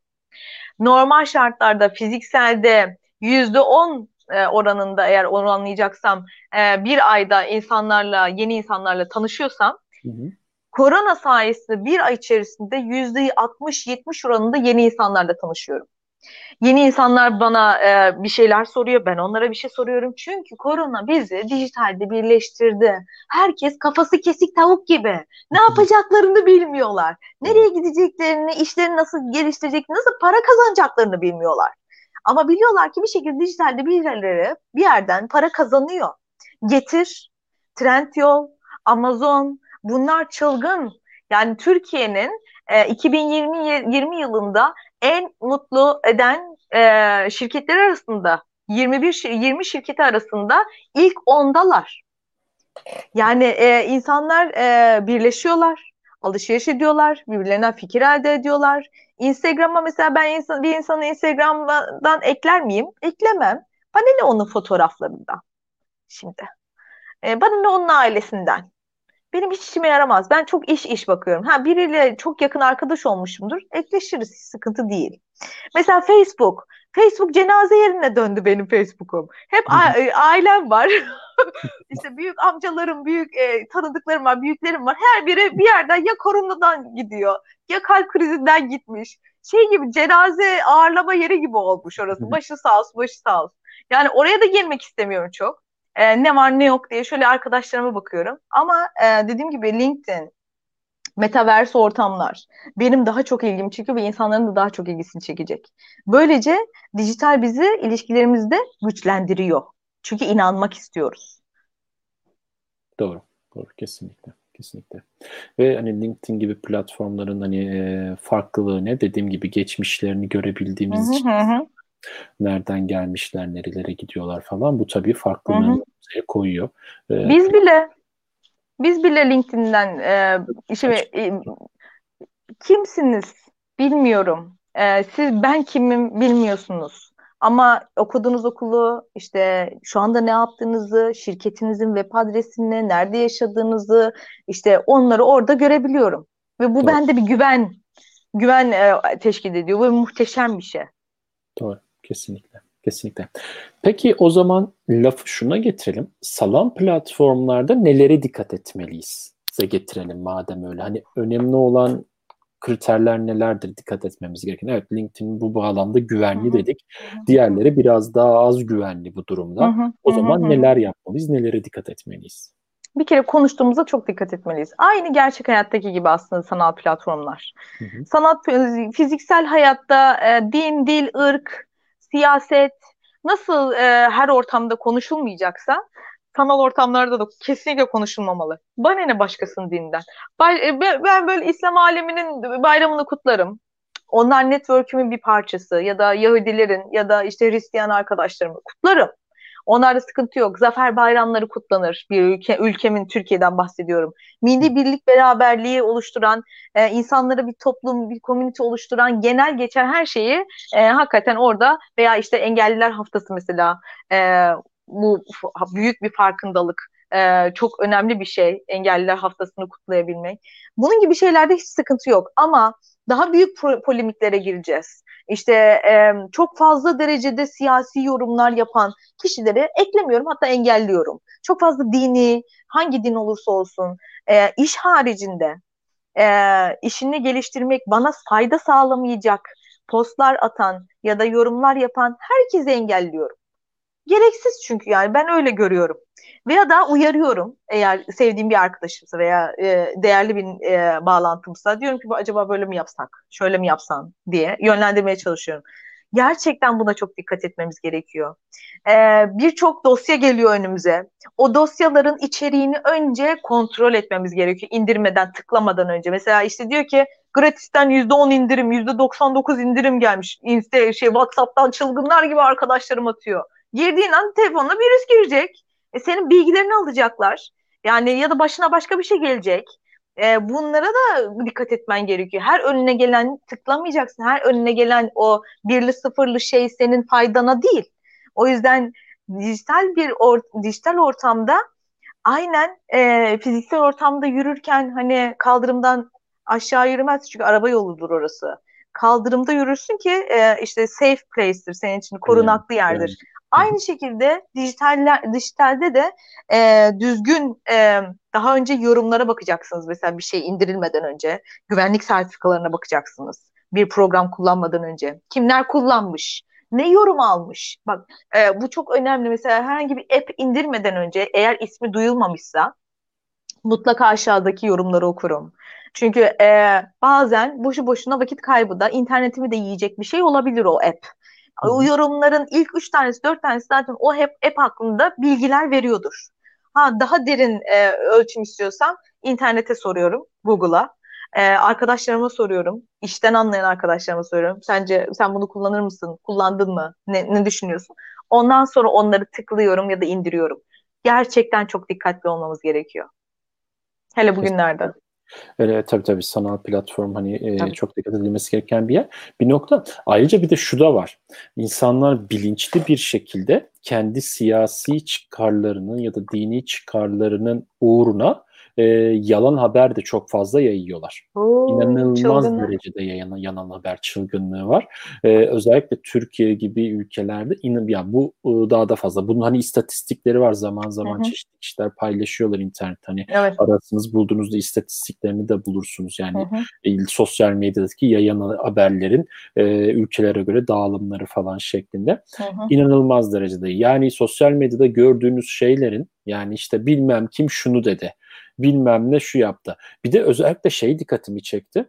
[SPEAKER 2] Normal şartlarda fizikselde yüzde on e, oranında eğer oranlayacaksam e, bir ayda insanlarla yeni insanlarla tanışıyorsam
[SPEAKER 1] Hı hı.
[SPEAKER 2] korona sayesinde bir ay içerisinde yüzde altmış yetmiş oranında yeni insanlarla tanışıyorum. Yeni insanlar bana e, bir şeyler soruyor, ben onlara bir şey soruyorum. Çünkü korona bizi dijitalde birleştirdi. Herkes kafası kesik tavuk gibi. Ne yapacaklarını bilmiyorlar.
[SPEAKER 1] Doğru.
[SPEAKER 2] Nereye gideceklerini, işlerini nasıl geliştirecek, nasıl para kazanacaklarını bilmiyorlar. Ama biliyorlar ki bir şekilde dijitalde birileri bir yerden para kazanıyor. Getir, Trendyol, Amazon bunlar çılgın. Yani Türkiye'nin e, iki bin yirmi, yirmi yılında en mutlu eden e, şirketler arasında yirmi bir yirmi şirketi arasında ilk ondalar. Yani e, insanlar e, birleşiyorlar. alışveriş ediyorlar, birbirlerinden fikir elde ediyorlar. Instagram'a mesela ben insan, bir insanı Instagram'dan ekler miyim? Eklemem. Bana ne onun fotoğraflarından şimdi? E, bana ne onun ailesinden? Benim hiç işime yaramaz. Ben çok iş iş bakıyorum. Ha, biriyle çok yakın arkadaş olmuşumdur. Ekleşiriz. Hiç sıkıntı değil. Mesela Facebook. Facebook cenaze yerine döndü benim Facebook'um. Hep a- e, ailem var. İşte büyük amcalarım, büyük e, tanıdıklarım var, büyüklerim var. Her biri bir yerden ya koronadan gidiyor, ya kalp krizinden gitmiş. Şey gibi cenaze ağırlama yeri gibi olmuş orası. Başı sağ olsun, başı sağ olsun. Yani oraya da girmek istemiyorum çok. E, ne var ne yok diye şöyle arkadaşlarıma bakıyorum. Ama e, dediğim gibi LinkedIn, metaverse ortamlar benim daha çok ilgimi çekiyor ve insanların da daha çok ilgisini çekecek. Böylece dijital bizi ilişkilerimizde güçlendiriyor. Çünkü inanmak istiyoruz.
[SPEAKER 1] Doğru. Doğru. Kesinlikle. Kesinlikle. Ve hani LinkedIn gibi platformların hani e, farklılığı ne? Dediğim gibi geçmişlerini
[SPEAKER 2] Hı
[SPEAKER 1] görebildiğimiz
[SPEAKER 2] hı
[SPEAKER 1] için
[SPEAKER 2] hı hı.
[SPEAKER 1] nereden gelmişler, nerelere gidiyorlar falan bu tabii
[SPEAKER 2] Hı
[SPEAKER 1] farklılığını
[SPEAKER 2] hı.
[SPEAKER 1] ortaya koyuyor. E,
[SPEAKER 2] Biz bile biz bile LinkedIn'den e, işte
[SPEAKER 1] açık.
[SPEAKER 2] e, kimsiniz bilmiyorum. E, siz ben kimim bilmiyorsunuz. Ama okuduğunuz okulu, işte şu anda ne yaptığınızı, şirketinizin web adresini, nerede yaşadığınızı, işte onları orada görebiliyorum. Ve bu
[SPEAKER 1] Doğru.
[SPEAKER 2] bende bir güven, güven e, teşkil ediyor. Bu muhteşem bir şey.
[SPEAKER 1] Doğru. Kesinlikle. Kesinlikle. Peki o zaman lafı şuna getirelim. Salam platformlarda nelere dikkat etmeliyiz? Size getirelim madem öyle. Hani önemli olan kriterler nelerdir dikkat etmemiz gereken? Evet, LinkedIn bu bağlamda
[SPEAKER 2] Hı
[SPEAKER 1] güvenli
[SPEAKER 2] hı.
[SPEAKER 1] dedik.
[SPEAKER 2] Hı hı. Hı
[SPEAKER 1] Diğerleri biraz daha az güvenli bu
[SPEAKER 2] hı.
[SPEAKER 1] durumda.
[SPEAKER 2] Hı
[SPEAKER 1] O
[SPEAKER 2] hı. Hı
[SPEAKER 1] zaman
[SPEAKER 2] hı.
[SPEAKER 1] neler yapmalıyız, nelere dikkat etmeliyiz?
[SPEAKER 2] Bir kere konuştuğumuza çok dikkat etmeliyiz. Aynı gerçek hayattaki gibi aslında sanal platformlar.
[SPEAKER 1] Hı hı.
[SPEAKER 2] Sanat, fiziksel hayatta e, din, dil, ırk, siyaset nasıl e, her ortamda konuşulmayacaksa sanal ortamlarda da kesinlikle konuşulmamalı. Bana ne başkasının dininden. Bay- e, Ben ben böyle İslam aleminin bayramını kutlarım. Onlar network'ümün bir parçası ya da Yahudilerin ya da işte Hristiyan arkadaşlarımı kutlarım. Onlarda sıkıntı yok. Zafer bayramları kutlanır. Bir ülke, ülkemin Türkiye'den bahsediyorum.
[SPEAKER 1] Hı.
[SPEAKER 2] Milli birlik beraberliği oluşturan, e, insanları bir toplum, bir komünite oluşturan, genel geçen her şeyi e, hakikaten orada veya işte engelliler haftası mesela e, bu büyük bir farkındalık. E, çok önemli bir şey engelliler haftasını kutlayabilmek. Bunun gibi şeylerde hiç sıkıntı yok ama daha büyük polemiklere gireceğiz. İşte e, çok fazla derecede siyasi yorumlar yapan kişileri eklemiyorum, hatta engelliyorum. Çok fazla dini, hangi din olursa olsun e, iş haricinde e, işini geliştirmek, bana fayda sağlamayacak postlar atan ya da yorumlar yapan herkesi engelliyorum. Gereksiz çünkü, yani ben öyle görüyorum. Veya da uyarıyorum, eğer sevdiğim bir arkadaşımsa veya e, değerli bir e, bağlantımsa, diyorum ki acaba böyle mi yapsak, şöyle mi yapsan diye yönlendirmeye çalışıyorum. Gerçekten buna çok dikkat etmemiz gerekiyor. E, birçok dosya geliyor önümüze. O dosyaların içeriğini önce kontrol etmemiz gerekiyor, indirmeden, tıklamadan önce. Mesela işte diyor ki gratisten yüzde on indirim, yüzde doksan dokuz indirim gelmiş. Insta, şey, WhatsApp'tan çılgınlar gibi arkadaşlarım atıyor. Girdiğin an telefonuna virüs girecek. E, senin bilgilerini alacaklar. Yani ya da başına başka bir şey gelecek. E, bunlara da dikkat etmen gerekiyor. Her önüne gelen tıklamayacaksın. Her önüne gelen o birli sıfırlı şey senin faydana değil. O yüzden dijital bir or dijital ortamda aynen e, fiziksel ortamda yürürken hani kaldırımdan aşağı yürümez çünkü araba yoludur orası. Kaldırımda yürürsün ki e, işte safe place'tir, senin için
[SPEAKER 1] Güvenli.
[SPEAKER 2] korunaklı yerdir.
[SPEAKER 1] Güvenli. Hı hı.
[SPEAKER 2] Aynı şekilde dijitaller, dijitalde de e, düzgün e, daha önce yorumlara bakacaksınız. Mesela bir şey indirilmeden önce güvenlik sertifikalarına bakacaksınız. Bir program kullanmadan önce. Kimler kullanmış? Ne yorum almış? Bak, e, bu çok önemli. Mesela herhangi bir app indirmeden önce eğer ismi duyulmamışsa mutlaka aşağıdaki yorumları okurum. Çünkü e, bazen boşu boşuna vakit kaybı da internetimi de yiyecek bir şey olabilir o app.
[SPEAKER 1] Hı
[SPEAKER 2] O
[SPEAKER 1] hı.
[SPEAKER 2] yorumların ilk üç tanesi, dört tanesi zaten o app, app hakkında bilgiler veriyordur. Ha, daha derin e, ölçüm istiyorsam internete soruyorum, Google'a. E, arkadaşlarıma soruyorum, işten anlayan arkadaşlarıma soruyorum. Sence sen bunu kullanır mısın? Kullandın mı? Ne, ne düşünüyorsun? Ondan sonra onları tıklıyorum ya da indiriyorum. Gerçekten çok dikkatli olmamız gerekiyor. Hele
[SPEAKER 1] Kes-
[SPEAKER 2] bugünlerde.
[SPEAKER 1] Öyle, tabii tabii sanal platform hani e,
[SPEAKER 2] Tabii.
[SPEAKER 1] çok dikkat edilmesi gereken bir yer. Bir nokta. Ayrıca bir de şu da var. İnsanlar bilinçli bir şekilde kendi siyasi çıkarlarının ya da dini çıkarlarının uğruna e, yalan haber de çok fazla yayıyorlar.
[SPEAKER 2] Oo,
[SPEAKER 1] İnanılmaz
[SPEAKER 2] çılgınlar.
[SPEAKER 1] derecede yayan, yanan haber çılgınlığı var. Ee, özellikle Türkiye gibi ülkelerde inan ya bu e, daha da fazla. Bunun hani istatistikleri var, zaman
[SPEAKER 2] Hı
[SPEAKER 1] zaman
[SPEAKER 2] hı.
[SPEAKER 1] çeşitli kişiler paylaşıyorlar internet. Hani
[SPEAKER 2] Evet.
[SPEAKER 1] ararsanız bulduğunuzda istatistiklerini de bulursunuz.
[SPEAKER 2] Hı
[SPEAKER 1] Yani
[SPEAKER 2] hı.
[SPEAKER 1] e, sosyal medyadaki yayan haberlerin e, ülkelere göre dağılımları falan şeklinde
[SPEAKER 2] Hı hı.
[SPEAKER 1] inanılmaz derecede. Yani sosyal medyada gördüğünüz şeylerin, yani işte bilmem kim şunu dedi, bilmem ne şu yaptı. Bir de özellikle şey dikkatimi çekti.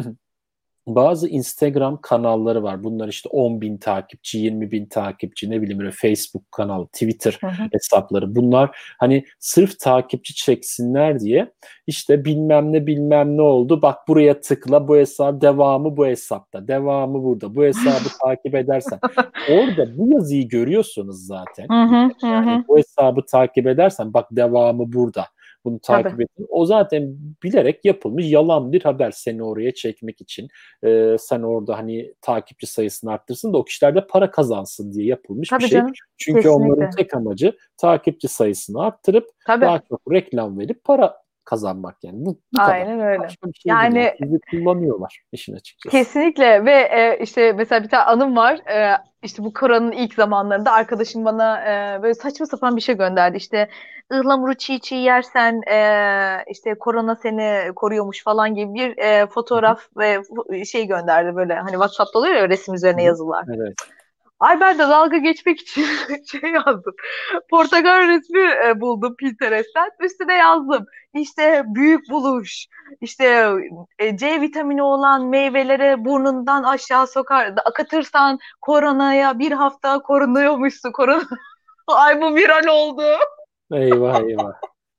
[SPEAKER 1] Bazı Instagram kanalları var. Bunlar işte on bin takipçi, yirmi bin takipçi, ne bileyim böyle Facebook kanalı, Twitter
[SPEAKER 2] Hı hı.
[SPEAKER 1] hesapları. Bunlar hani sırf takipçi çeksinler diye işte bilmem ne bilmem ne oldu. Bak buraya tıkla, bu hesap devamı bu hesapta, devamı burada. Bu hesabı takip edersen. Orada bu yazıyı görüyorsunuz zaten.
[SPEAKER 2] Hı
[SPEAKER 1] Bir
[SPEAKER 2] hı.
[SPEAKER 1] kere
[SPEAKER 2] Hı
[SPEAKER 1] yani
[SPEAKER 2] hı.
[SPEAKER 1] bu hesabı takip edersen bak devamı burada. Bunu
[SPEAKER 2] Tabii.
[SPEAKER 1] takip edin. O zaten bilerek yapılmış yalan bir haber seni oraya çekmek için. Ee, sen orada hani takipçi sayısını arttırsın da o kişiler de para kazansın diye yapılmış bir
[SPEAKER 2] Tabii
[SPEAKER 1] şey.
[SPEAKER 2] canım.
[SPEAKER 1] Çünkü onların
[SPEAKER 2] Kesinlikle.
[SPEAKER 1] tek amacı takipçi sayısını arttırıp
[SPEAKER 2] Tabii.
[SPEAKER 1] daha çok reklam verip para kazanmak yani. Bu, bu kadar.
[SPEAKER 2] Aynen öyle.
[SPEAKER 1] Başka bir şey değil yani.
[SPEAKER 2] Yani
[SPEAKER 1] Sizi kullanıyorlar işin açıkçası.
[SPEAKER 2] kesinlikle ve e, işte mesela bir tane anım var. E, işte bu koronanın ilk zamanlarında arkadaşım bana e, böyle saçma sapan bir şey gönderdi. İşte ıhlamuru çiğ çiğ yersen e, işte korona seni koruyormuş falan gibi bir e,
[SPEAKER 1] Hı hı,
[SPEAKER 2] fotoğraf ve fo- şey gönderdi böyle. Hani WhatsApp'ta oluyor ya resim
[SPEAKER 1] hı
[SPEAKER 2] üzerine
[SPEAKER 1] hı.
[SPEAKER 2] yazılar.
[SPEAKER 1] Evet.
[SPEAKER 2] Ay ben de dalga geçmek için şey yazdım. Portakal resmi e, buldum Pinterest'ten. Üstüne yazdım. İşte büyük buluş. İşte e, C vitamini olan meyveleri burnundan aşağı sokar. Akıtırsan koronaya bir hafta korunuyormuşsun. Korona. Ay bu viral oldu.
[SPEAKER 1] Eyvah eyvah.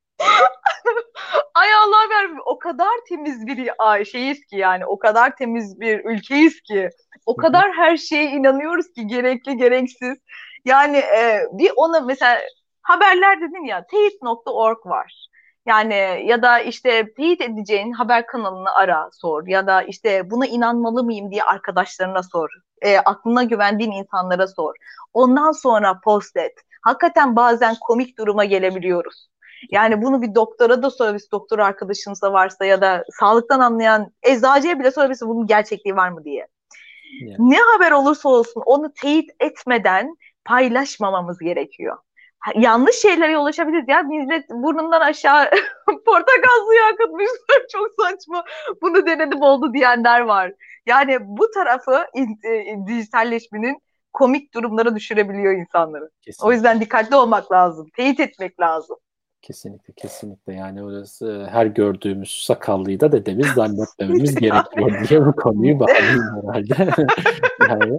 [SPEAKER 2] Ay Allah ver. O kadar temiz bir ay, şeyiz ki yani. O kadar temiz bir ülkeyiz ki. O
[SPEAKER 1] Hı hı,
[SPEAKER 2] kadar her şeye inanıyoruz ki gerekli gereksiz. Yani e, bir ona mesela haberler dedin ya teyit nokta org var. Yani ya da işte teyit edeceğin haber kanalını ara sor ya da işte buna inanmalı mıyım diye arkadaşlarına sor. E, aklına güvendiğin insanlara sor. Ondan sonra post et. Hakikaten bazen komik duruma gelebiliyoruz. Yani bunu bir doktora da sorabiliriz, doktor arkadaşınız da varsa ya da sağlıktan anlayan eczacıya bile sorabiliriz bunun gerçekliği var mı diye.
[SPEAKER 1] yani
[SPEAKER 2] Ne haber olursa olsun onu teyit etmeden paylaşmamamız gerekiyor. Ha, yanlış şeylere yol açabiliriz. Ya millet burnundan aşağı portakal suyu akıtmışlar. Çok saçma. Bunu denedim oldu diyenler var. Yani bu tarafı e, dijitalleşmenin komik durumlara düşürebiliyor insanları. O
[SPEAKER 1] kesinlikle.
[SPEAKER 2] yüzden dikkatli olmak lazım. Teyit etmek lazım.
[SPEAKER 1] Kesinlikle, kesinlikle. Yani orası her gördüğümüz sakallıyı da dedemiz zannetmememiz gerekiyor diye bu konuyu bağlayayım herhalde. Yani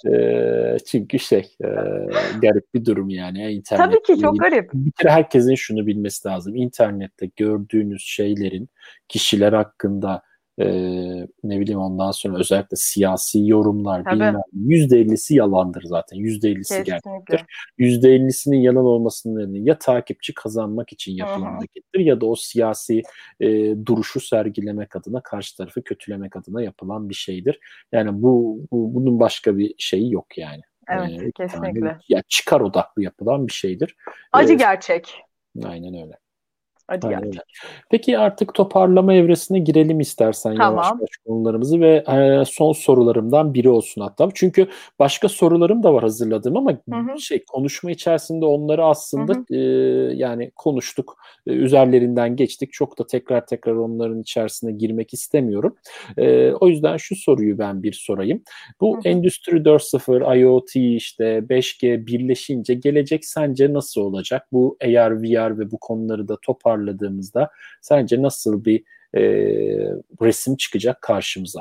[SPEAKER 1] e, çünkü şey e, garip bir durum yani
[SPEAKER 2] Tabii
[SPEAKER 1] internette.
[SPEAKER 2] ki çok garip.
[SPEAKER 1] Bir kere herkesin şunu bilmesi lazım. İnternette gördüğünüz şeylerin kişiler hakkında e, ne bileyim ondan sonra özellikle siyasi yorumlar
[SPEAKER 2] Tabii.
[SPEAKER 1] bilmem yüzde ellisi yalandır zaten. Yüzde ellisi gerçektir.
[SPEAKER 2] Kesinlikle.
[SPEAKER 1] yüzde ellisinin yalan olmasının nedeni ya takipçi kazanmak için
[SPEAKER 2] Hı
[SPEAKER 1] yapılan
[SPEAKER 2] hı.
[SPEAKER 1] harekettir ya da o siyasi e, duruşu sergilemek adına karşı tarafı kötülemek adına yapılan bir şeydir. Yani bu, bu bunun başka bir şeyi yok yani. E,
[SPEAKER 2] Evet,
[SPEAKER 1] iki tane
[SPEAKER 2] kesinlikle.
[SPEAKER 1] ya çıkar odaklı yapılan bir şeydir.
[SPEAKER 2] Acı
[SPEAKER 1] E,
[SPEAKER 2] gerçek.
[SPEAKER 1] aynen öyle.
[SPEAKER 2] Acı
[SPEAKER 1] Aynen öyle.
[SPEAKER 2] gerçek.
[SPEAKER 1] Peki artık toparlama evresine girelim istersen yavaş
[SPEAKER 2] Tamam.
[SPEAKER 1] yavaş konularımızı ve e, son sorularımdan biri olsun hatta. Çünkü başka sorularım da var hazırladığım ama
[SPEAKER 2] Hı hı.
[SPEAKER 1] şey konuşma içerisinde onları
[SPEAKER 2] Hı
[SPEAKER 1] aslında
[SPEAKER 2] hı.
[SPEAKER 1] e, yani konuştuk, e, üzerlerinden geçtik. Çok da tekrar tekrar onların içerisine girmek istemiyorum. E, o yüzden şu soruyu ben bir sorayım.
[SPEAKER 2] Hı
[SPEAKER 1] Bu
[SPEAKER 2] hı.
[SPEAKER 1] Endüstri dört nokta sıfır, IoT işte beş G birleşince gelecek sence nasıl olacak? Bu A R, V R ve bu konuları da toparladığımızda sence nasıl bir e, resim çıkacak karşımıza?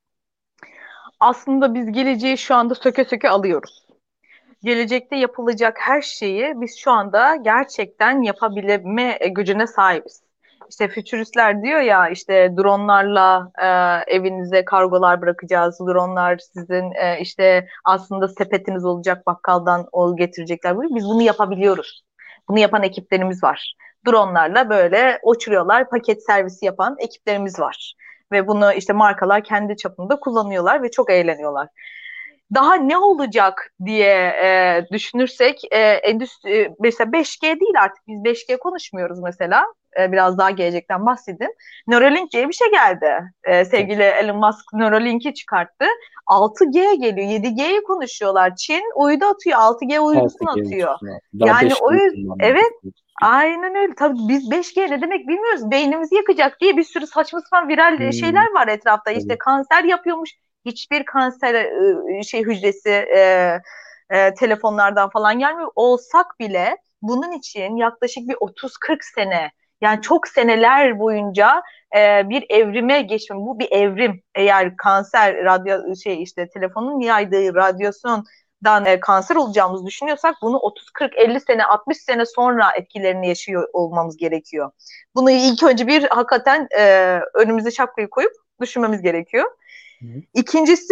[SPEAKER 2] Aslında biz geleceği şu anda söke söke alıyoruz. Gelecekte yapılacak her şeyi biz şu anda gerçekten yapabilme gücüne sahibiz. İşte fütüristler diyor ya işte dronlarla e, evinize kargolar bırakacağız. Dronlar sizin e, işte aslında sepetiniz olacak bakkaldan o getirecekler. Biz bunu yapabiliyoruz. Bunu yapan ekiplerimiz var. Dronlarla böyle uçuruyorlar. Paket servisi yapan ekiplerimiz var. Ve bunu işte markalar kendi çapında kullanıyorlar ve çok eğleniyorlar. Daha ne olacak diye e, düşünürsek e, endüstri mesela beş G değil, artık biz beş G konuşmuyoruz mesela. E, biraz daha gelecekten bahsedeyim. Neuralink diye bir şey geldi. E, sevgili Elon Musk Neuralink'i çıkarttı. altı G geliyor. yedi G'yi konuşuyorlar. Çin uydu atıyor. altı G uydusunu
[SPEAKER 1] altı G
[SPEAKER 2] atıyor.
[SPEAKER 1] uçuşu. Daha
[SPEAKER 2] Yani o
[SPEAKER 1] beş G'yi
[SPEAKER 2] yüzden
[SPEAKER 1] kullanmadık.
[SPEAKER 2] evet, aynen öyle. Tabii biz beş G ne demek bilmiyoruz. Beynimizi yakacak diye bir sürü saçma sapan viral
[SPEAKER 1] Hmm,
[SPEAKER 2] şeyler var etrafta. İşte
[SPEAKER 1] tabii.
[SPEAKER 2] kanser yapıyormuş. Hiçbir kanser e, şey hücresi e, e, telefonlardan falan gelmiyor. Olsak bile bunun için yaklaşık bir otuz kırk sene, yani çok seneler boyunca e, bir evrime geçme. Bu bir evrim. Eğer kanser radyo şey işte telefonun yaydığı radyasyondan e, kanser olacağımızı düşünüyorsak bunu otuz kırk elli sene altmış sene sonra etkilerini yaşıyor olmamız gerekiyor. Bunu ilk önce bir hakikaten e, önümüze şapkayı koyup düşünmemiz gerekiyor.
[SPEAKER 1] Hı.
[SPEAKER 2] İkincisi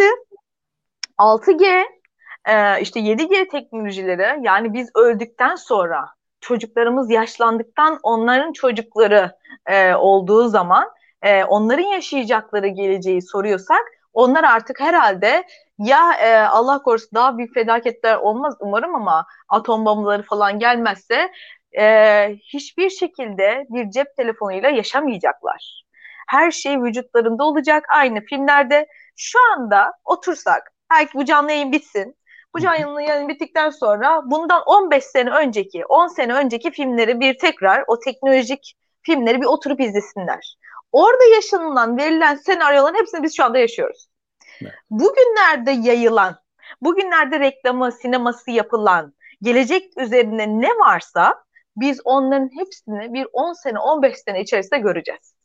[SPEAKER 2] altı G, e, işte yedi G teknolojileri, yani biz öldükten sonra çocuklarımız yaşlandıktan onların çocukları e, olduğu zaman e, onların yaşayacakları geleceği soruyorsak onlar artık herhalde ya e, Allah korusun daha büyük felaketler olmaz umarım ama atom bombaları falan gelmezse e, hiçbir şekilde bir cep telefonuyla yaşamayacaklar. Her şey vücutlarında olacak, aynı filmlerde. Şu anda otursak, belki bu canlı yayın bitsin. Bu
[SPEAKER 1] Hı
[SPEAKER 2] canlı yayın bittikten sonra bundan on beş sene önceki, on sene önceki filmleri bir tekrar, o teknolojik filmleri bir oturup izlesinler. Orada yaşanılan, verilen senaryoların hepsini biz şu anda yaşıyoruz.
[SPEAKER 1] hı.
[SPEAKER 2] Bugünlerde yayılan, bugünlerde reklamı, sineması yapılan, gelecek üzerine ne varsa biz onların hepsini bir on sene, on beş sene içerisinde göreceğiz.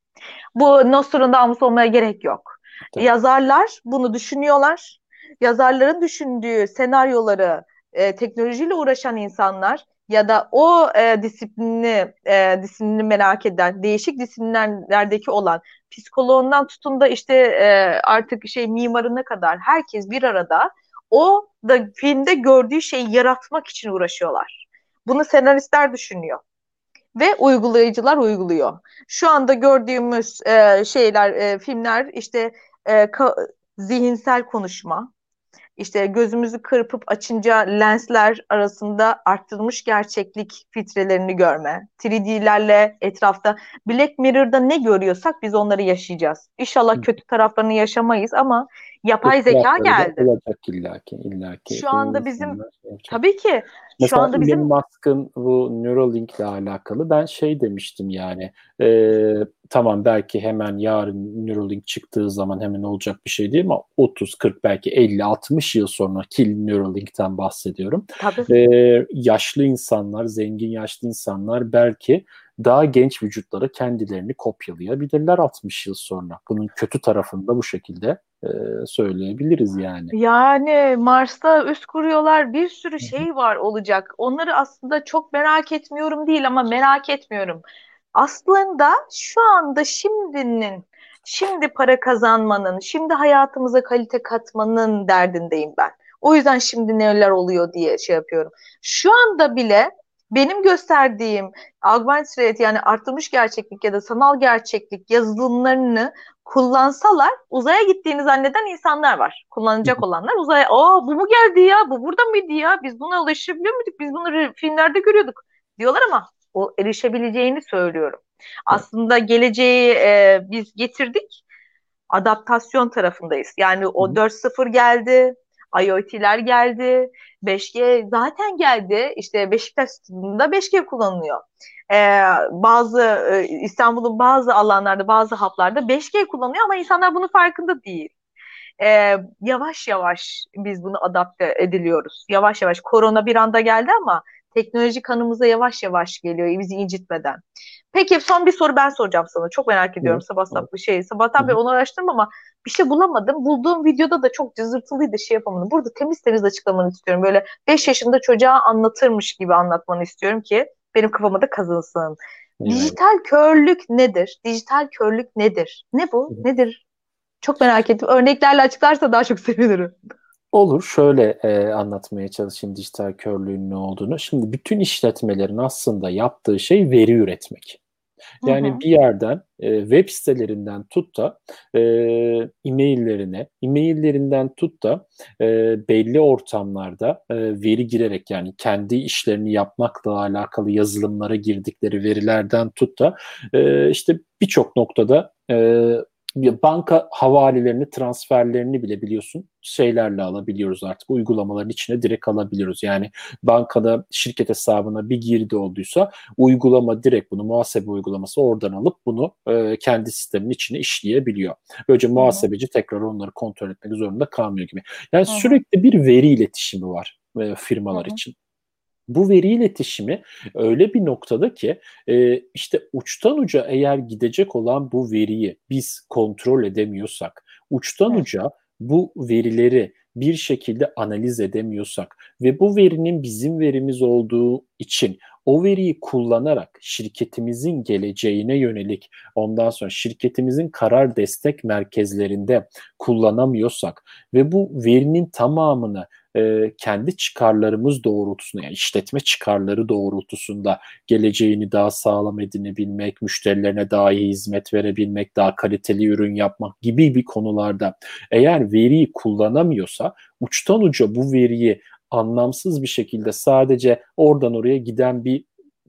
[SPEAKER 2] Bu Nostradamus olmaya gerek yok.
[SPEAKER 1] Tabii.
[SPEAKER 2] Yazarlar bunu düşünüyorlar. Yazarların düşündüğü senaryoları e, teknolojiyle uğraşan insanlar ya da o e, disiplini e, disiplini merak eden, değişik disiplinlerdeki olan psikoloğundan tutun da işte e, artık şey mimarına kadar herkes bir arada o da filmde gördüğü şeyi yaratmak için uğraşıyorlar. Bunu senaristler düşünüyor ve uygulayıcılar uyguluyor. Şu anda gördüğümüz e, şeyler, e, filmler işte e, ka- zihinsel konuşma, işte gözümüzü kırpıp açınca lensler arasında arttırılmış gerçeklik filtrelerini görme, üç D'lerle etrafta Black Mirror'da ne görüyorsak biz onları yaşayacağız. İnşallah
[SPEAKER 1] Hı.
[SPEAKER 2] kötü taraflarını yaşamayız ama
[SPEAKER 1] Kötü
[SPEAKER 2] yapay zeka
[SPEAKER 1] tarafları da
[SPEAKER 2] geldi.
[SPEAKER 1] olacak illaki. illaki
[SPEAKER 2] Şu
[SPEAKER 1] e,
[SPEAKER 2] anda bizim
[SPEAKER 1] insanlar şey yapacak.
[SPEAKER 2] tabii ki şu
[SPEAKER 1] Mesela
[SPEAKER 2] anda
[SPEAKER 1] Elon
[SPEAKER 2] bizim
[SPEAKER 1] Musk'ın bu Neuralink ile alakalı ben şey demiştim yani e, tamam belki hemen yarın Neuralink çıktığı zaman hemen olacak bir şey değil ama otuz kırk belki elli altmış yıl sonra ki Neuralink'ten bahsediyorum.
[SPEAKER 2] tabii.
[SPEAKER 1] E, yaşlı insanlar, zengin yaşlı insanlar belki daha genç vücutlara kendilerini kopyalayabilirler altmış yıl sonra. Bunun kötü tarafını da bu şekilde e, söyleyebiliriz yani.
[SPEAKER 2] Yani Mars'ta üst kuruyorlar, bir sürü
[SPEAKER 1] Hı hı.
[SPEAKER 2] şey var olacak. Onları aslında çok merak etmiyorum değil ama merak etmiyorum. Aslında şu anda şimdinin, şimdi para kazanmanın, şimdi hayatımıza kalite katmanın derdindeyim ben. O yüzden şimdi neler oluyor diye şey yapıyorum. Şu anda bile benim gösterdiğim augmented reality, yani artırılmış gerçeklik ya da sanal gerçeklik yazılımlarını kullansalar uzaya gittiğini zanneden insanlar var. Kullanacak olanlar uzaya, aa bu mu geldi ya, bu burada mıydı ya, biz buna ulaşabiliyor muyduk, biz bunu filmlerde görüyorduk diyorlar ama o erişebileceğini söylüyorum.
[SPEAKER 1] Evet.
[SPEAKER 2] Aslında geleceği e, biz getirdik, adaptasyon tarafındayız. Yani
[SPEAKER 1] Hı
[SPEAKER 2] o
[SPEAKER 1] hı.
[SPEAKER 2] dört nokta sıfır geldi, IoT'ler geldi, beş G zaten geldi. İşte Beşiktaş stadında beş G kullanılıyor. Ee, bazı e, İstanbul'un bazı alanlarda, bazı haplarda beş G kullanılıyor ama insanlar bunun farkında değil. Ee, yavaş yavaş biz bunu adapte ediliyoruz. Yavaş yavaş. Korona bir anda geldi ama teknoloji kanımıza yavaş yavaş geliyor bizi incitmeden. Peki son bir soru ben soracağım sana. Çok merak ediyorum
[SPEAKER 1] Evet.
[SPEAKER 2] sabah sabah
[SPEAKER 1] Evet.
[SPEAKER 2] bir şey.
[SPEAKER 1] Hı
[SPEAKER 2] Sabahtan beri
[SPEAKER 1] hı.
[SPEAKER 2] onu araştırdım ama bir şey bulamadım. Bulduğum videoda da çok cızırtılıydı, şey yapamadım. Burada temiz temiz açıklamanı istiyorum. Böyle beş yaşında çocuğa anlatırmış gibi anlatmanı istiyorum ki benim kafama da kazınsın.
[SPEAKER 1] Eyvallah.
[SPEAKER 2] Dijital körlük nedir? Dijital körlük nedir? Ne
[SPEAKER 1] Hı
[SPEAKER 2] bu?
[SPEAKER 1] hı.
[SPEAKER 2] Nedir? Çok merak ettim. Örneklerle açıklarsa daha çok sevinirim.
[SPEAKER 1] Olur. Şöyle e, anlatmaya çalışayım dijital körlüğün ne olduğunu. Şimdi bütün işletmelerin aslında yaptığı şey veri üretmek.
[SPEAKER 2] Hı
[SPEAKER 1] Yani
[SPEAKER 2] hı.
[SPEAKER 1] bir yerden e, web sitelerinden tut da e, e-maillerine, e-maillerinden tut da e, belli ortamlarda e, veri girerek, yani kendi işlerini yapmakla alakalı yazılımlara girdikleri verilerden tut da e, işte birçok noktada e, banka havalelerini, transferlerini bile biliyorsun şeylerle alabiliyoruz artık. Uygulamaların içine direkt alabiliyoruz. Yani bankada şirket hesabına bir girdi olduysa uygulama direkt bunu, muhasebe uygulaması oradan alıp bunu e, kendi sistemin içine işleyebiliyor. Böylece
[SPEAKER 2] Hı hı.
[SPEAKER 1] muhasebeci tekrar onları kontrol etmek zorunda kalmıyor gibi. Yani
[SPEAKER 2] Hı hı.
[SPEAKER 1] sürekli bir veri iletişimi var e,
[SPEAKER 2] Hı
[SPEAKER 1] firmalar
[SPEAKER 2] hı.
[SPEAKER 1] için. Bu veri iletişimi öyle bir noktada ki e, işte uçtan uca eğer gidecek olan bu veriyi biz kontrol edemiyorsak, uçtan
[SPEAKER 2] Hı
[SPEAKER 1] uca bu verileri bir şekilde analiz edemiyorsak ve bu verinin bizim verimiz olduğu için o veriyi kullanarak şirketimizin geleceğine yönelik, ondan sonra şirketimizin karar destek merkezlerinde kullanamıyorsak ve bu verinin tamamını e, kendi çıkarlarımız doğrultusunda, yani işletme çıkarları doğrultusunda geleceğini daha sağlam edinebilmek, müşterilerine daha iyi hizmet verebilmek, daha kaliteli ürün yapmak gibi bir konularda eğer veriyi kullanamıyorsa, uçtan uca bu veriyi anlamsız bir şekilde sadece oradan oraya giden bir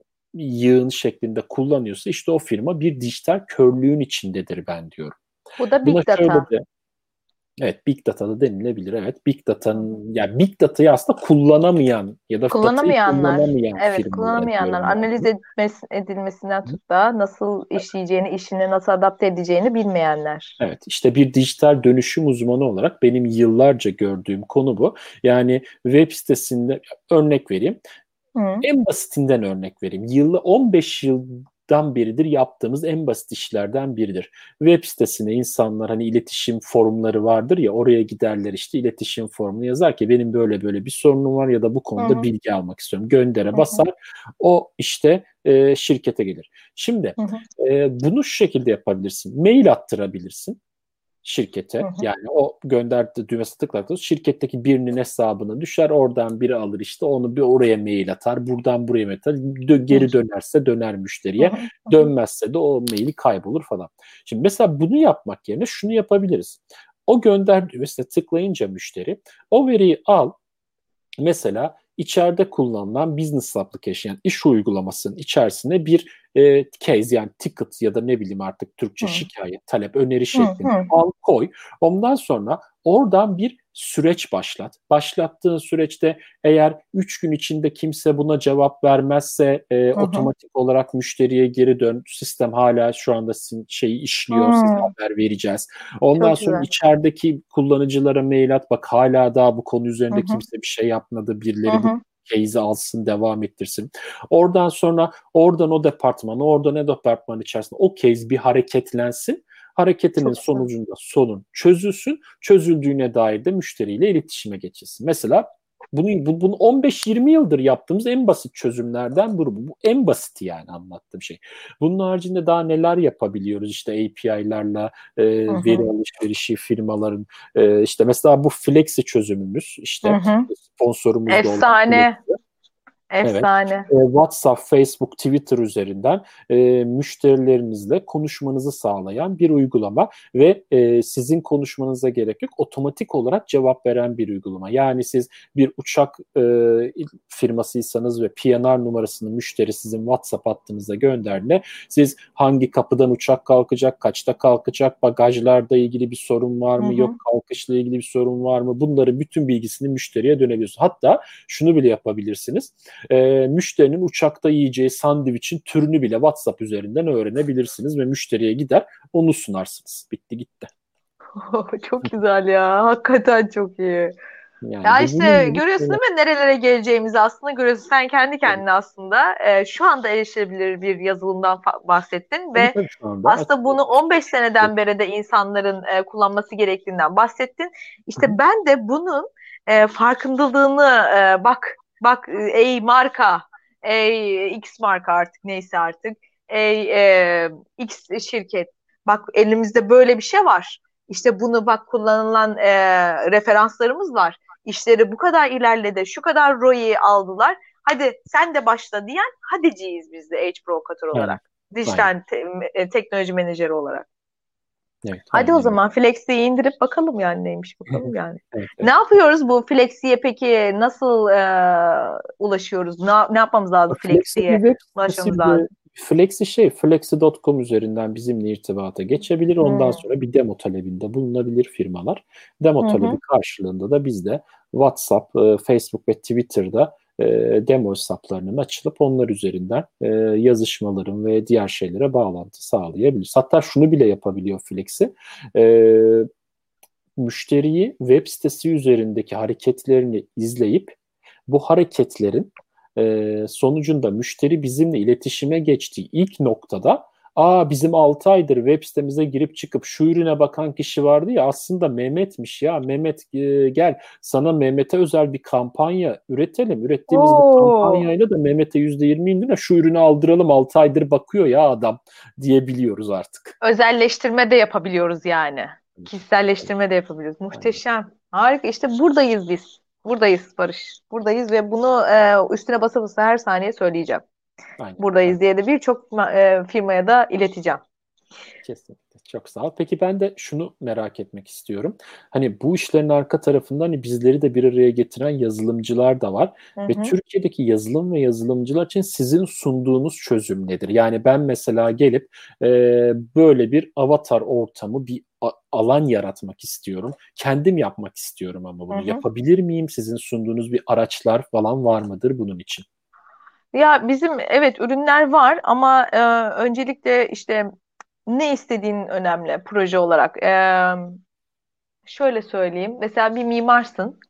[SPEAKER 1] yığın şeklinde kullanıyorsa, işte o firma bir dijital körlüğün içindedir ben diyorum.
[SPEAKER 2] Bu da
[SPEAKER 1] Buna
[SPEAKER 2] Big
[SPEAKER 1] şöyle
[SPEAKER 2] Data.
[SPEAKER 1] de Evet, Big Data'da denilebilir. Evet, Big
[SPEAKER 2] Hı hı.
[SPEAKER 1] Data'nın, yani Big Data'yı aslında kullanamayan ya da datayı
[SPEAKER 2] Kullanamayanlar,
[SPEAKER 1] kullanamayan
[SPEAKER 2] evet
[SPEAKER 1] firmalara
[SPEAKER 2] kullanamayanlar
[SPEAKER 1] diyorum ben
[SPEAKER 2] analiz
[SPEAKER 1] bunu.
[SPEAKER 2] etmesi, edilmesinden tut da nasıl işleyeceğini, işini nasıl adapte edeceğini bilmeyenler.
[SPEAKER 1] Evet, işte bir dijital dönüşüm uzmanı olarak benim yıllarca gördüğüm konu bu. Yani web sitesinde örnek vereyim.
[SPEAKER 2] Hı
[SPEAKER 1] En basitinden örnek vereyim. Yılı on beş yıldan beridir yaptığımız en basit işlerden biridir. Web sitesine insanlar, hani iletişim forumları vardır ya, oraya giderler, işte iletişim formunu yazar ki benim böyle böyle bir sorunum var ya da bu
[SPEAKER 2] hı
[SPEAKER 1] konuda
[SPEAKER 2] hı
[SPEAKER 1] bilgi almak istiyorum. Göndere
[SPEAKER 2] hı hı
[SPEAKER 1] basar. O işte e, şirkete gelir. Şimdi
[SPEAKER 2] hı hı
[SPEAKER 1] e, bunu şu şekilde yapabilirsin. Mail attırabilirsin
[SPEAKER 2] hı
[SPEAKER 1] şirkete.
[SPEAKER 2] hı
[SPEAKER 1] Yani o gönderdi düğmesi tıklatır. Şirketteki birinin hesabına düşer. Oradan biri alır, işte onu bir oraya mail atar. Buradan buraya mail atar. Dö-
[SPEAKER 2] hı
[SPEAKER 1] geri dönerse döner
[SPEAKER 2] hı
[SPEAKER 1] müşteriye.
[SPEAKER 2] hı hı
[SPEAKER 1] Dönmezse de o maili kaybolur falan. Şimdi mesela bunu yapmak yerine şunu yapabiliriz. O gönder düğmesine tıklayınca müşteri o veriyi al. Mesela içeride kullanılan business application, yani iş uygulamasının içerisine bir e, case, yani ticket ya da ne bileyim artık Türkçe
[SPEAKER 2] hı
[SPEAKER 1] şikayet, talep, öneri
[SPEAKER 2] hı
[SPEAKER 1] şeklinde
[SPEAKER 2] hı
[SPEAKER 1] al koy. Ondan sonra oradan bir süreç başlat. Başlattığın süreçte eğer üç gün içinde kimse buna cevap vermezse e,
[SPEAKER 2] hı hı.
[SPEAKER 1] otomatik olarak müşteriye geri dön. Sistem hala şu anda sizin şeyi işliyor, size
[SPEAKER 2] Hı.
[SPEAKER 1] haber vereceğiz. Ondan
[SPEAKER 2] Çok
[SPEAKER 1] sonra
[SPEAKER 2] güzel.
[SPEAKER 1] içerideki kullanıcılara mail at. Bak, hala daha bu konu
[SPEAKER 2] Hı
[SPEAKER 1] üzerinde
[SPEAKER 2] hı
[SPEAKER 1] kimse bir şey yapmadı.
[SPEAKER 2] hı
[SPEAKER 1] Birileri bu
[SPEAKER 2] hı
[SPEAKER 1] case'i alsın, devam ettirsin. Oradan sonra oradan o departmana, oradan o departman içerisinde o case bir hareketlensin. Hareketinin
[SPEAKER 2] çok güzel.
[SPEAKER 1] sonucunda sorun çözülsün. Çözüldüğüne dair de müşteriyle iletişime geçilsin. Mesela bunu, bu, bunu on beş yirmi yıldır yaptığımız en basit çözümlerden biri bu. Bu en basiti, yani anlattığım şey. Bunun haricinde daha neler yapabiliyoruz? İşte A P I'larla e,
[SPEAKER 2] Hı
[SPEAKER 1] veri
[SPEAKER 2] hı
[SPEAKER 1] alışverişi firmaların, e, işte mesela bu Flexi çözümümüz,
[SPEAKER 2] hı
[SPEAKER 1] işte
[SPEAKER 2] hı.
[SPEAKER 1] sponsorumuz da olan Flexi.
[SPEAKER 2] Efsane,
[SPEAKER 1] Evet.
[SPEAKER 2] efsane.
[SPEAKER 1] E, WhatsApp, Facebook, Twitter üzerinden e, müşterilerinizle konuşmanızı sağlayan bir uygulama ve e, sizin konuşmanıza gerek yok. Otomatik olarak cevap veren bir uygulama. Yani siz bir uçak e, firmasıysanız ve P N R numarasını müşteri sizin WhatsApp hattınıza gönderdiğinde, siz hangi kapıdan uçak kalkacak, kaçta kalkacak, bagajlarda ilgili bir sorun var
[SPEAKER 2] Hı
[SPEAKER 1] mı, yok
[SPEAKER 2] hı.
[SPEAKER 1] kalkışla ilgili bir sorun var mı, bunları bütün bilgisini müşteriye dönebiliyorsunuz. Hatta şunu bile yapabilirsiniz. E, müşterinin uçakta yiyeceği sandviçin türünü bile WhatsApp üzerinden öğrenebilirsiniz ve müşteriye gider onu sunarsınız. Bitti gitti.
[SPEAKER 2] Çok güzel ya. Hakikaten çok iyi.
[SPEAKER 1] Yani
[SPEAKER 2] Ya
[SPEAKER 1] bu bunun
[SPEAKER 2] işte
[SPEAKER 1] gibi
[SPEAKER 2] görüyorsun
[SPEAKER 1] şeyler.
[SPEAKER 2] değil mi nerelere geleceğimizi aslında görüyorsun. Sen kendi
[SPEAKER 1] Tabii,
[SPEAKER 2] kendine aslında e, şu anda erişilebilir bir yazılımdan fa- bahsettin
[SPEAKER 1] tabii,
[SPEAKER 2] ve
[SPEAKER 1] tabii şu anda
[SPEAKER 2] aslında
[SPEAKER 1] açık.
[SPEAKER 2] bunu on beş seneden beri de insanların e, kullanması gerektiğinden bahsettin.
[SPEAKER 1] Hı
[SPEAKER 2] İşte
[SPEAKER 1] hı.
[SPEAKER 2] ben de bunun e, farkındalığını e, bak bak e, ey marka, ey X marka artık neyse artık, ey e, X şirket. Bak elimizde böyle bir şey var. İşte bunu bak kullanılan e, referanslarımız var. işleri bu kadar ilerledi, şu kadar R O I'yi aldılar. Hadi sen de başla diyen hadiciyiz biz de H Provokatör
[SPEAKER 1] Aynen.
[SPEAKER 2] olarak.
[SPEAKER 1] Aynen.
[SPEAKER 2] Dijital te- e, teknoloji menajeri olarak.
[SPEAKER 1] Evet,
[SPEAKER 2] Hadi o
[SPEAKER 1] aynen öyle.
[SPEAKER 2] zaman Flexi'yi indirip bakalım yani neymiş bakalım yani.
[SPEAKER 1] Evet,
[SPEAKER 2] Ne
[SPEAKER 1] evet.
[SPEAKER 2] yapıyoruz bu Flexi'ye peki nasıl e, ulaşıyoruz? Ne, ne yapmamız lazım
[SPEAKER 1] Flexi bir
[SPEAKER 2] Flexi'ye
[SPEAKER 1] web sitesi,
[SPEAKER 2] ulaşmamız
[SPEAKER 1] bir de
[SPEAKER 2] lazım?
[SPEAKER 1] Flexi şey flexi nokta com üzerinden bizimle irtibata geçebilir. Ondan
[SPEAKER 2] Hmm.
[SPEAKER 1] sonra bir demo talebinde bulunabilir firmalar. Demo
[SPEAKER 2] Hı
[SPEAKER 1] talebi
[SPEAKER 2] hı.
[SPEAKER 1] karşılığında da biz de WhatsApp, e, Facebook ve Twitter'da e, demo hesaplarının açılıp onlar üzerinden e, yazışmaların ve diğer şeylere bağlantı sağlayabiliriz. Hatta şunu bile yapabiliyor Flexi. E, Müşteriyi web sitesi üzerindeki hareketlerini izleyip bu hareketlerin e, sonucunda müşteri bizimle iletişime geçtiği ilk noktada, aa bizim altı aydır web sitemize girip çıkıp şu ürüne bakan kişi vardı ya, aslında Mehmet'miş ya, Mehmet e, gel sana Mehmet'e özel bir kampanya üretelim. Ürettiğimiz bu
[SPEAKER 2] Oo,
[SPEAKER 1] kampanyayla da Mehmet'e yüzde yirmi indirim, şu ürünü aldıralım, altı aydır bakıyor ya adam diyebiliyoruz artık.
[SPEAKER 2] özelleştirme de yapabiliyoruz yani.
[SPEAKER 1] Tabii,
[SPEAKER 2] Kişiselleştirme de yapabiliyoruz.
[SPEAKER 1] aynen,
[SPEAKER 2] Muhteşem. Harika. İşte buradayız biz. Buradayız Barış. Buradayız ve bunu e, üstüne basa basa her saniye söyleyeceğim.
[SPEAKER 1] aynen,
[SPEAKER 2] Buradayız
[SPEAKER 1] aynen.
[SPEAKER 2] diye de birçok e, firmaya da ileteceğim.
[SPEAKER 1] Kesinlikle. Çok sağ ol. Peki ben de şunu merak etmek istiyorum. Hani bu işlerin arka tarafında hani bizleri de bir araya getiren yazılımcılar da var.
[SPEAKER 2] Hı
[SPEAKER 1] Ve
[SPEAKER 2] hı.
[SPEAKER 1] Türkiye'deki yazılım ve yazılımcılar için sizin sunduğunuz çözüm nedir? Yani ben mesela gelip e, böyle bir avatar ortamı, bir a- alan yaratmak istiyorum. Kendim yapmak istiyorum ama
[SPEAKER 2] Hı
[SPEAKER 1] bunu
[SPEAKER 2] hı.
[SPEAKER 1] yapabilir miyim? Sizin sunduğunuz bir araçlar falan var mıdır bunun için?
[SPEAKER 2] Ya bizim evet ürünler var ama e, öncelikle işte ne istediğin önemli proje olarak. E, şöyle söyleyeyim. Mesela bir mimarsın.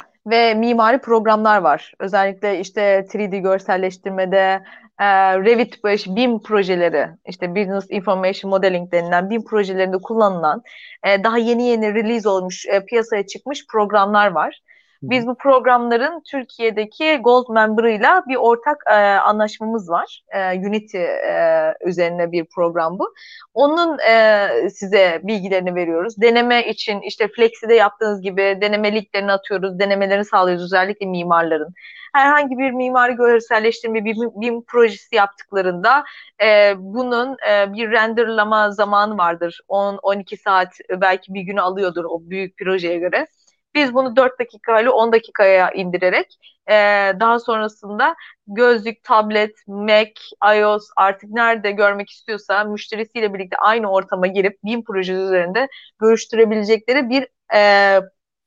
[SPEAKER 2] Ve mimari programlar var. Özellikle işte üç D görselleştirmede e, Revit, böyle işte B I M projeleri, işte Business Information Modeling denilen B I M projelerinde kullanılan e, daha yeni yeni release olmuş, e, piyasaya çıkmış programlar var.
[SPEAKER 1] Hı hı.
[SPEAKER 2] Biz bu programların Türkiye'deki Gold Member'ıyla bir ortak e, anlaşmamız var. E, Unity e, üzerine bir program bu. Onun e, size bilgilerini veriyoruz. Deneme için işte Flexi'de yaptığınız gibi deneme linklerini atıyoruz, denemelerini sağlıyoruz özellikle mimarların. Herhangi bir mimari görselleştirme bir B I M projesi yaptıklarında e, bunun e, bir renderlama zamanı vardır. on on iki saat belki bir günü alıyordur o büyük projeye göre. Biz bunu dört dakika ile on dakikaya indirerek e, daha sonrasında gözlük, tablet, Mac, iOS artık nerede görmek istiyorsa müşterisiyle birlikte aynı ortama girip B I M projesi üzerinde görüştürebilecekleri bir e,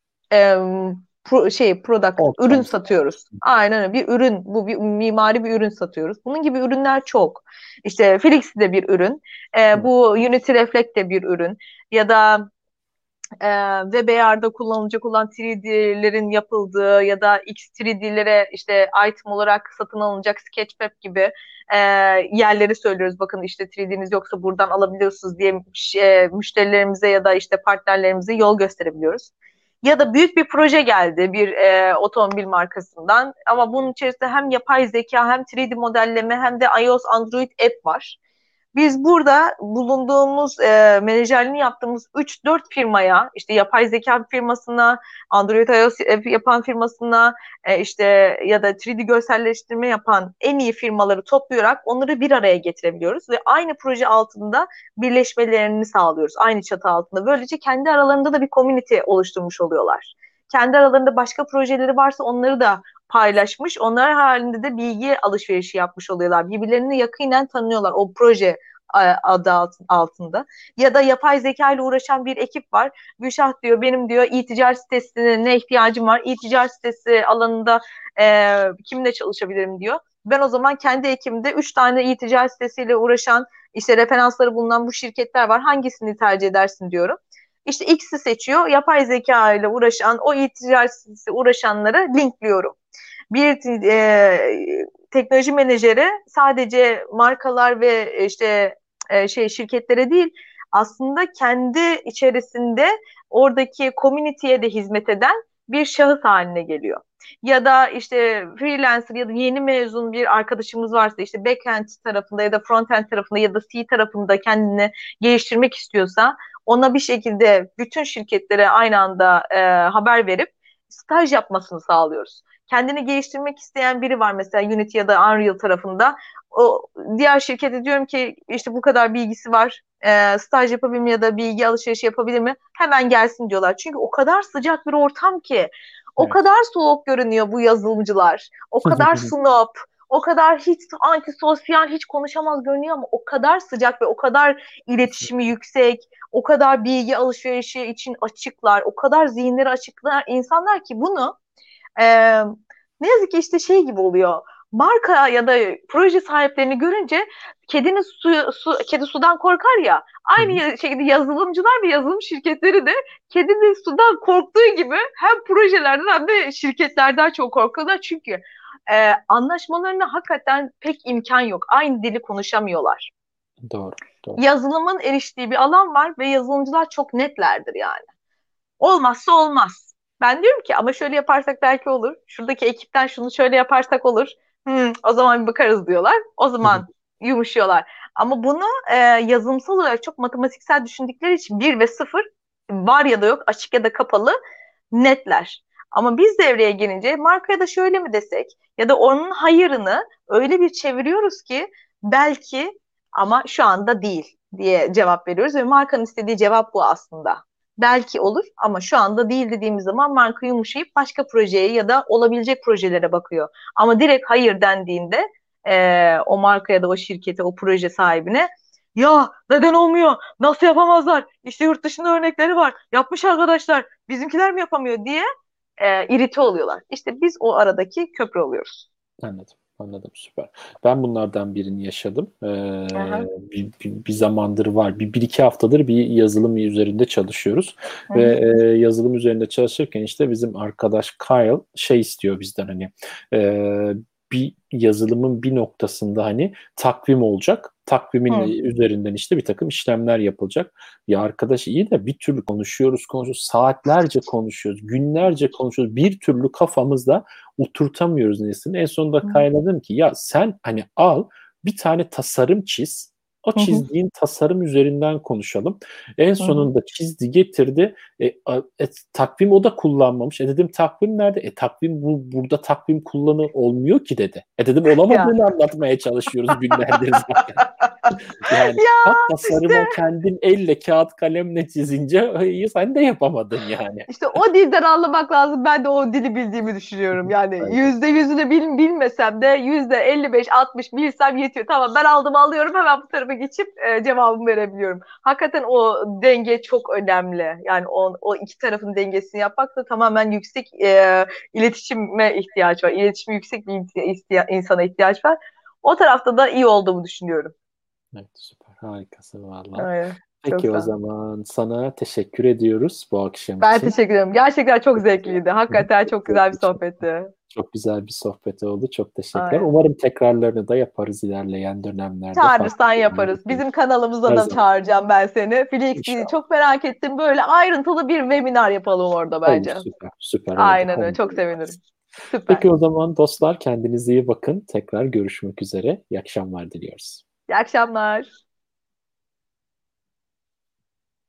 [SPEAKER 2] e, pro, şey product ürün
[SPEAKER 1] Ortam.
[SPEAKER 2] satıyoruz. Aynen öyle bir ürün bu bir mimari bir ürün satıyoruz. Bunun gibi ürünler çok. İşte Felix de bir ürün. E,
[SPEAKER 1] Hı.
[SPEAKER 2] bu Unity Reflect de bir ürün. Ya da e, web A R'da kullanılacak olan üç D'lerin yapıldığı ya da X üç D'lere işte item olarak satın alınacak Sketchfab gibi e, yerleri söylüyoruz. Bakın işte üç D'niz yoksa buradan alabiliyorsunuz diye e, müşterilerimize ya da işte partnerlerimize yol gösterebiliyoruz. Ya da büyük bir proje geldi bir e, otomobil markasından ama bunun içerisinde hem yapay zeka hem üç D modelleme hem de iOS Android app var. Biz burada bulunduğumuz e, menajerliğini yaptığımız üç dört firmaya işte yapay zeka firmasına, Android iOS yapan firmasına e, işte ya da üç D görselleştirme yapan en iyi firmaları toplayarak onları bir araya getirebiliyoruz ve aynı proje altında birleşmelerini sağlıyoruz. Aynı çatı altında. Böylece kendi aralarında da bir community oluşturmuş oluyorlar. Kendi aralarında başka projeleri varsa onları da paylaşmış. Onlar halinde de bilgi alışverişi yapmış oluyorlar. Birbirlerini yakinen tanıyorlar o proje adı altında. Ya da yapay zeka ile uğraşan bir ekip var. Gülşah diyor benim diyor e-ticaret sitesine ne ihtiyacım var? E-ticaret sitesi alanında e, kimle çalışabilirim diyor. Ben o zaman kendi ekibimde üç tane e-ticaret sitesiyle uğraşan işte referansları bulunan bu şirketler var. Hangisini tercih edersin diyorum. İşte X'i seçiyor. Yapay zeka ile uğraşan o e-ticaret sitesi uğraşanları linkliyorum. Bir e, teknoloji menajeri sadece markalar ve işte e, şey şirketlere değil aslında kendi içerisinde oradaki community'ye de hizmet eden bir şahıs haline geliyor. Ya da işte freelancer ya da yeni mezun bir arkadaşımız varsa işte backend tarafında ya da frontend tarafında ya da C tarafında kendini geliştirmek istiyorsa ona bir şekilde bütün şirketlere aynı anda e, haber verip staj yapmasını sağlıyoruz. Kendini geliştirmek isteyen biri var mesela Unity ya da Unreal tarafında. O diğer şirkete diyorum ki işte bu kadar bilgisi var. E, staj yapabilir mi ya da bilgi alışverişi yapabilir mi? Hemen gelsin diyorlar. Çünkü o kadar sıcak bir ortam ki, o
[SPEAKER 1] Evet.
[SPEAKER 2] kadar soğuk görünüyor bu yazılımcılar. O kadar snob, o kadar hiç antisosyal, hiç konuşamaz görünüyor ama o kadar sıcak ve o kadar iletişimi yüksek, o kadar bilgi alışverişi için açıklar, o kadar zihinleri açıklar insanlar ki bunu e, ne yazık ki işte şey gibi oluyor. Marka ya da proje sahiplerini görünce kedinin su, su kedi sudan korkar ya. Aynı şekilde yazılımcılar ve yazılım şirketleri de kedinin sudan korktuğu gibi hem projelerden hem de şirketlerden çok korkuyorlar. Çünkü e, anlaşmalarına hakikaten pek imkan yok. Aynı dili konuşamıyorlar.
[SPEAKER 1] Doğru, doğru.
[SPEAKER 2] Yazılımın eriştiği bir alan var ve yazılımcılar çok netlerdir yani. Olmazsa olmaz. Ben diyorum ki ama şöyle yaparsak belki olur. Şuradaki ekipten şunu şöyle yaparsak olur. Hmm, o zaman bir bakarız diyorlar. O zaman yumuşuyorlar. Ama bunu e, yazılımsal olarak çok matematiksel düşündükleri için bir ve sıfır var ya da yok, açık ya da kapalı, netler. Ama biz devreye gelince markaya da şöyle mi desek ya da onun hayırını öyle bir çeviriyoruz ki belki ama şu anda değil diye cevap veriyoruz ve markanın istediği cevap bu aslında. Belki olur ama şu anda değil dediğimiz zaman marka yumuşayıp başka projeye ya da olabilecek projelere bakıyor. Ama direkt hayır dendiğinde e, o marka ya da o şirkete, o proje sahibine ya neden olmuyor? Nasıl yapamazlar? İşte yurt dışında örnekleri var. Yapmış arkadaşlar. Bizimkiler mi yapamıyor diye e, irite oluyorlar. İşte biz o aradaki köprü oluyoruz.
[SPEAKER 1] Anladım. Anladım. Süper. Ben bunlardan birini yaşadım. Ee,
[SPEAKER 2] Aha,
[SPEAKER 1] bir, bir, bir zamandır var. Bir, bir iki haftadır bir yazılım üzerinde çalışıyoruz.
[SPEAKER 2] hı
[SPEAKER 1] Ve
[SPEAKER 2] hı,
[SPEAKER 1] e, yazılım üzerinde çalışırken işte bizim arkadaş Kyle şey istiyor bizden hani e, bir yazılımın bir noktasında hani takvim olacak. Takvimin
[SPEAKER 2] hı,
[SPEAKER 1] üzerinden işte bir takım işlemler yapılacak. Ya arkadaş iyi de bir türlü konuşuyoruz, konuşuyoruz. Saatlerce konuşuyoruz, günlerce konuşuyoruz. Bir türlü kafamızda oturtamıyoruz nesini. En sonunda
[SPEAKER 2] hı,
[SPEAKER 1] kaynadım ki ya sen hani al bir tane tasarım çiz. O
[SPEAKER 2] hı hı,
[SPEAKER 1] çizdiğin tasarım üzerinden konuşalım. En
[SPEAKER 2] hı hı.
[SPEAKER 1] sonunda çizdi getirdi. E, a- e, takvim o da kullanmamış. E dedim takvim nerede? E takvim bu, burada takvim kullanı olmuyor ki dedi. E dedim
[SPEAKER 2] Ya.
[SPEAKER 1] olamadığını anlatmaya çalışıyoruz günlerdir zaten. Yani
[SPEAKER 2] Ya
[SPEAKER 1] bak
[SPEAKER 2] işte
[SPEAKER 1] tasarıma kendin elle kağıt kalemle çizince iyi sen de yapamadın yani.
[SPEAKER 2] İşte o dilden anlamak lazım. Ben de o dili bildiğimi düşünüyorum. Yani
[SPEAKER 1] Aynen.
[SPEAKER 2] yüzde yüzünü bil, bilmesem de yüzde elli beş altmış bilsem yetiyor. Tamam ben aldım alıyorum hemen bu tarafa geçip e, cevabımı verebiliyorum. Hakikaten o denge çok önemli. Yani o, o iki tarafın dengesini yapmak da tamamen yüksek e, iletişime ihtiyaç var. İletişimi yüksek bir ihtiya- insana ihtiyaç var. O tarafta da iyi olduğumu düşünüyorum.
[SPEAKER 1] Evet, süper. Harikasın valla.
[SPEAKER 2] Aynen. Çok
[SPEAKER 1] Peki o
[SPEAKER 2] sağ ol.
[SPEAKER 1] zaman sana teşekkür ediyoruz bu akşam
[SPEAKER 2] Ben
[SPEAKER 1] için.
[SPEAKER 2] teşekkür ederim. Gerçekten çok zevkliydi.
[SPEAKER 1] Hı hı.
[SPEAKER 2] Hakikaten çok
[SPEAKER 1] Çok,
[SPEAKER 2] güzel bir
[SPEAKER 1] çok,
[SPEAKER 2] sohbetti.
[SPEAKER 1] çok güzel bir sohbet oldu. Çok teşekkürler.
[SPEAKER 2] Aynen.
[SPEAKER 1] Umarım tekrarlarını da yaparız ilerleyen dönemlerde. Farklı
[SPEAKER 2] Çağırırsan
[SPEAKER 1] konular
[SPEAKER 2] yaparız.
[SPEAKER 1] için.
[SPEAKER 2] Bizim kanalımızda
[SPEAKER 1] Her
[SPEAKER 2] da
[SPEAKER 1] zaman.
[SPEAKER 2] çağıracağım ben seni. Flex'i
[SPEAKER 1] İnşallah.
[SPEAKER 2] çok merak ettim. Böyle ayrıntılı bir webinar yapalım orada
[SPEAKER 1] Olur.
[SPEAKER 2] bence.
[SPEAKER 1] Süper. Süper oldu.
[SPEAKER 2] Aynen öyle.
[SPEAKER 1] Hemen
[SPEAKER 2] Çok
[SPEAKER 1] yaparız.
[SPEAKER 2] sevinirim. Süper.
[SPEAKER 1] Peki o zaman dostlar kendinize iyi bakın. Tekrar görüşmek üzere. İyi akşamlar diliyoruz.
[SPEAKER 2] İyi akşamlar.